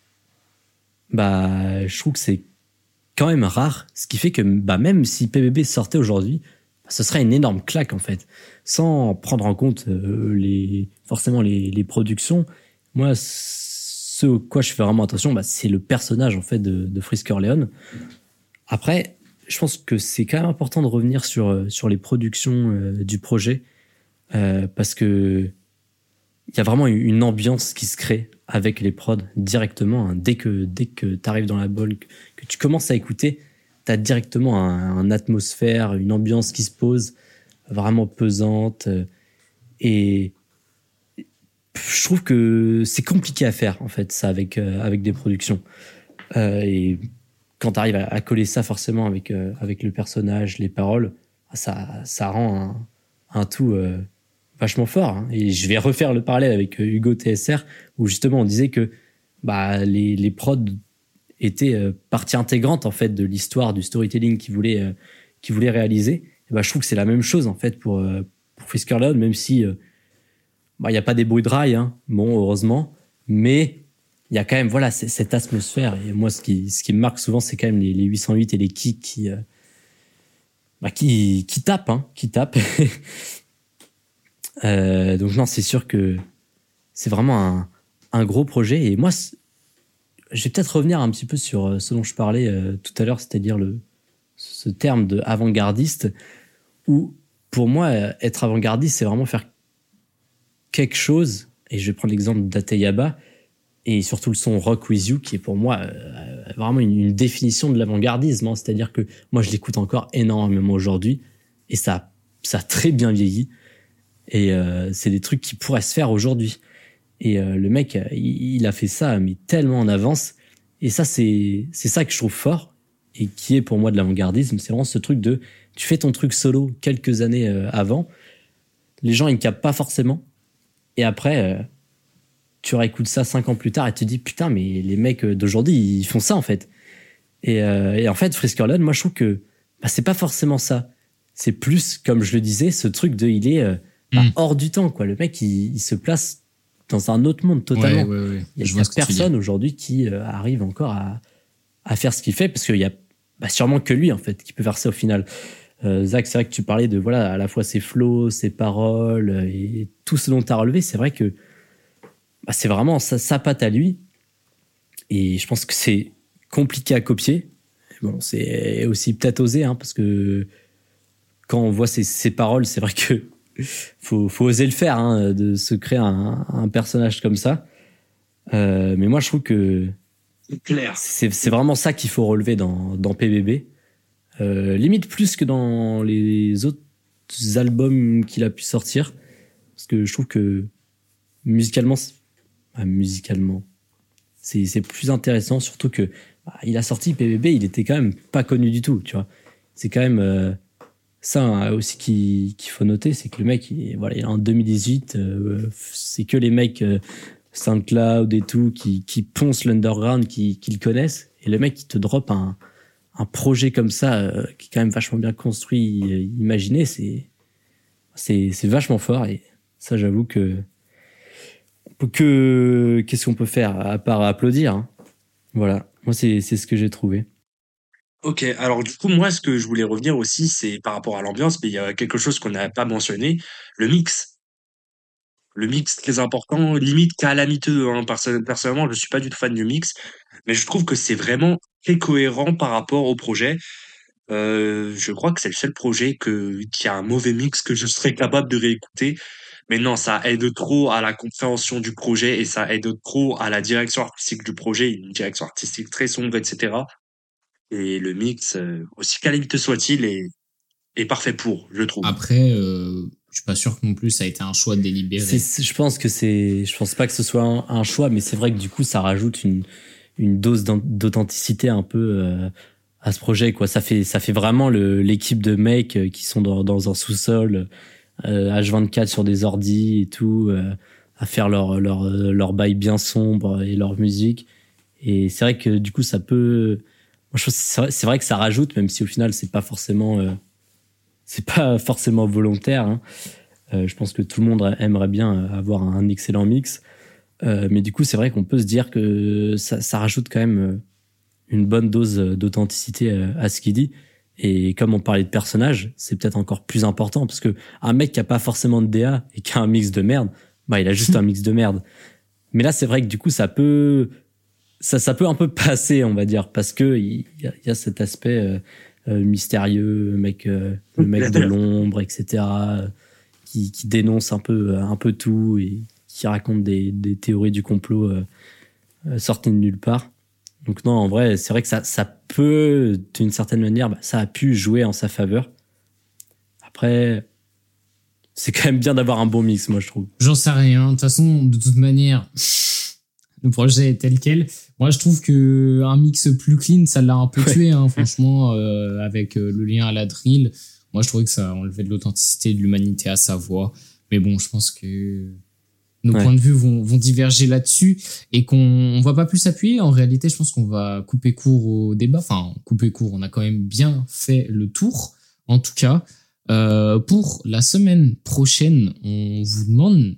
je trouve que c'est quand même rare, ce qui fait que même si PBB sortait aujourd'hui, ce serait une énorme claque en fait, sans prendre en compte forcément les productions. Moi, ce à quoi je fais vraiment attention, c'est le personnage en fait de Frisk Orleans. Après, je pense que c'est quand même important de revenir sur les productions du projet, parce que il y a vraiment une ambiance qui se crée avec les prods directement. Dès que t'arrives dans la bolle, que tu commences à écouter, t'as directement un atmosphère, une ambiance qui se pose, vraiment pesante. Et je trouve que c'est compliqué à faire, en fait, ça, avec des productions. Et quand t'arrives à coller ça forcément avec le personnage, les paroles, ça rend un tout vachement fort. Et je vais refaire le parallèle avec Hugo TSR, où justement on disait que les prods étaient partie intégrante en fait de l'histoire, du storytelling qu'il voulait réaliser. Et je trouve que c'est la même chose en fait pour Frisk Orleans, même si il y a pas des bruits de rail, heureusement, mais il y a quand même cette atmosphère. Et moi ce qui me marque souvent, c'est quand même les 808 et les kicks qui tapent. Donc non, c'est sûr que c'est vraiment un gros projet. Et moi, je vais peut-être revenir un petit peu sur ce dont je parlais tout à l'heure, c'est-à-dire ce terme de avant-gardiste, où pour moi, être avant-gardiste, c'est vraiment faire quelque chose. Et je vais prendre l'exemple d'Ateyaba et surtout le son Rock With You, qui est pour moi vraiment une définition de l'avant-gardisme. C'est-à-dire que moi, je l'écoute encore énormément aujourd'hui, et ça a très bien vieilli. Et c'est des trucs qui pourraient se faire aujourd'hui. Et le mec, il a fait ça, mais tellement en avance. Et ça, c'est ça que je trouve fort, et qui est pour moi de l'avant-gardisme. C'est vraiment ce truc de, tu fais ton truc solo quelques années avant, les gens, ils capent pas forcément. Et après, tu réécoutes ça 5 ans plus tard et tu te dis, putain, mais les mecs d'aujourd'hui, ils font ça, en fait. Et en fait, Frisk Orleans, moi, je trouve que c'est pas forcément ça. C'est plus, comme je le disais, ce truc de, il est hors du temps, quoi. Le mec, il se place dans un autre monde totalement. Ouais. Il y a personne aujourd'hui qui arrive encore à faire ce qu'il fait, parce qu'il y a sûrement que lui, en fait, qui peut faire ça au final. Zach, c'est vrai que tu parlais de, à la fois ses flows, ses paroles et tout ce dont tu as relevé. C'est vrai que c'est vraiment sa patte à lui. Et je pense que c'est compliqué à copier. Bon, c'est aussi peut-être osé, parce que quand on voit ses paroles, c'est vrai que faut oser le faire, de se créer un personnage comme ça. Mais moi, je trouve que c'est clair. C'est vraiment ça qu'il faut relever dans PBB. Limite plus que dans les autres albums qu'il a pu sortir, parce que je trouve que musicalement c'est plus intéressant, surtout que il a sorti PBB, il était quand même pas connu du tout, tu vois. C'est quand même ça aussi qu'il faut noter, c'est que le mec, il est en 2018, c'est que les mecs SoundCloud et tout qui poncent l'underground, qui le connaissent, et le mec, il te drop un projet comme ça, qui est quand même vachement bien construit, imaginé, c'est c'est vachement fort et ça, j'avoue que qu'est-ce qu'on peut faire à part applaudir, hein. Voilà, moi c'est ce que j'ai trouvé. Ok, alors du coup, moi, ce que je voulais revenir aussi, c'est par rapport à l'ambiance, mais il y a quelque chose qu'on n'a pas mentionné, le mix. Le mix, très important, limite calamiteux, hein. Personnellement, je suis pas du tout fan du mix, mais je trouve que c'est vraiment très cohérent par rapport au projet. Je crois que c'est le seul projet qui a un mauvais mix que je serais capable de réécouter. Mais non, ça aide trop à la compréhension du projet et ça aide trop à la direction artistique du projet, une direction artistique très sombre, etc. Et le mix, aussi calamiteux soit-il, est parfait pour, je trouve. Après, je suis pas sûr que non plus ça a été un choix délibéré. Je pense pas que ce soit un choix, mais c'est vrai que du coup, ça rajoute une dose d'authenticité un peu à ce projet, quoi. Ça fait vraiment l'équipe de mecs qui sont dans un sous-sol, H24 sur des ordis et tout, à faire leur bail bien sombre et leur musique. Et c'est vrai que du coup, ça peut. Moi, je trouve que c'est vrai que ça rajoute, même si au final, c'est pas forcément volontaire, hein. Je pense que tout le monde aimerait bien avoir un excellent mix. Mais du coup, c'est vrai qu'on peut se dire que ça rajoute quand même une bonne dose d'authenticité à ce qu'il dit. Et comme on parlait de personnages, c'est peut-être encore plus important parce que un mec qui a pas forcément de DA et qui a un mix de merde, bah, il a juste un mix de merde. Mais là, c'est vrai que du coup, ça peut un peu passer, on va dire, parce que il y a cet aspect mystérieux, le mec de l'ombre, etc., qui dénonce un peu tout et qui raconte des théories du complot sorties de nulle part. Donc non, en vrai, c'est vrai que ça peut, d'une certaine manière, ça a pu jouer en sa faveur. Après, c'est quand même bien d'avoir un bon mix, moi, je trouve. J'en sais rien. De toute façon, de toute manière, le projet est tel quel. Moi, je trouve que un mix plus clean, ça l'a un peu tué, hein, franchement, avec le lien à la drill. Moi, je trouvais que ça enlevait de l'authenticité, de l'humanité à sa voix. Mais bon, je pense que nos points de vue vont diverger là-dessus et qu'on va pas plus s'appuyer. En réalité, je pense qu'on va couper court au débat. Enfin, couper court, on a quand même bien fait le tour. En tout cas, pour la semaine prochaine, on vous demande,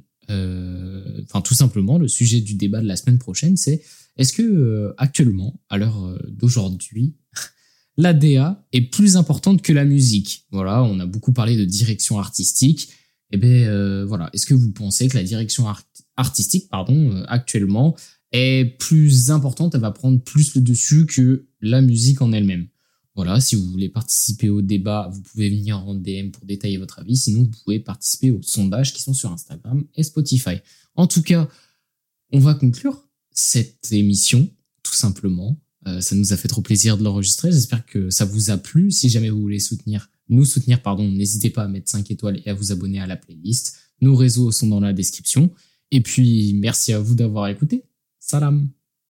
tout simplement, le sujet du débat de la semaine prochaine, c'est est-ce que actuellement, à l'heure d'aujourd'hui, la DA est plus importante que la musique? Voilà, on a beaucoup parlé de direction artistique. Eh ben voilà, est-ce que vous pensez que la direction artistique, actuellement, est plus importante, elle va prendre plus le dessus que la musique en elle-même? Voilà, si vous voulez participer au débat, vous pouvez venir en DM pour détailler votre avis. Sinon, vous pouvez participer aux sondages qui sont sur Instagram et Spotify. En tout cas, on va conclure cette émission, tout simplement. Ça nous a fait trop plaisir de l'enregistrer. J'espère que ça vous a plu. Si jamais vous voulez nous soutenir, n'hésitez pas à mettre 5 étoiles et à vous abonner à la playlist. Nos réseaux sont dans la description. Et puis, merci à vous d'avoir écouté. Salam.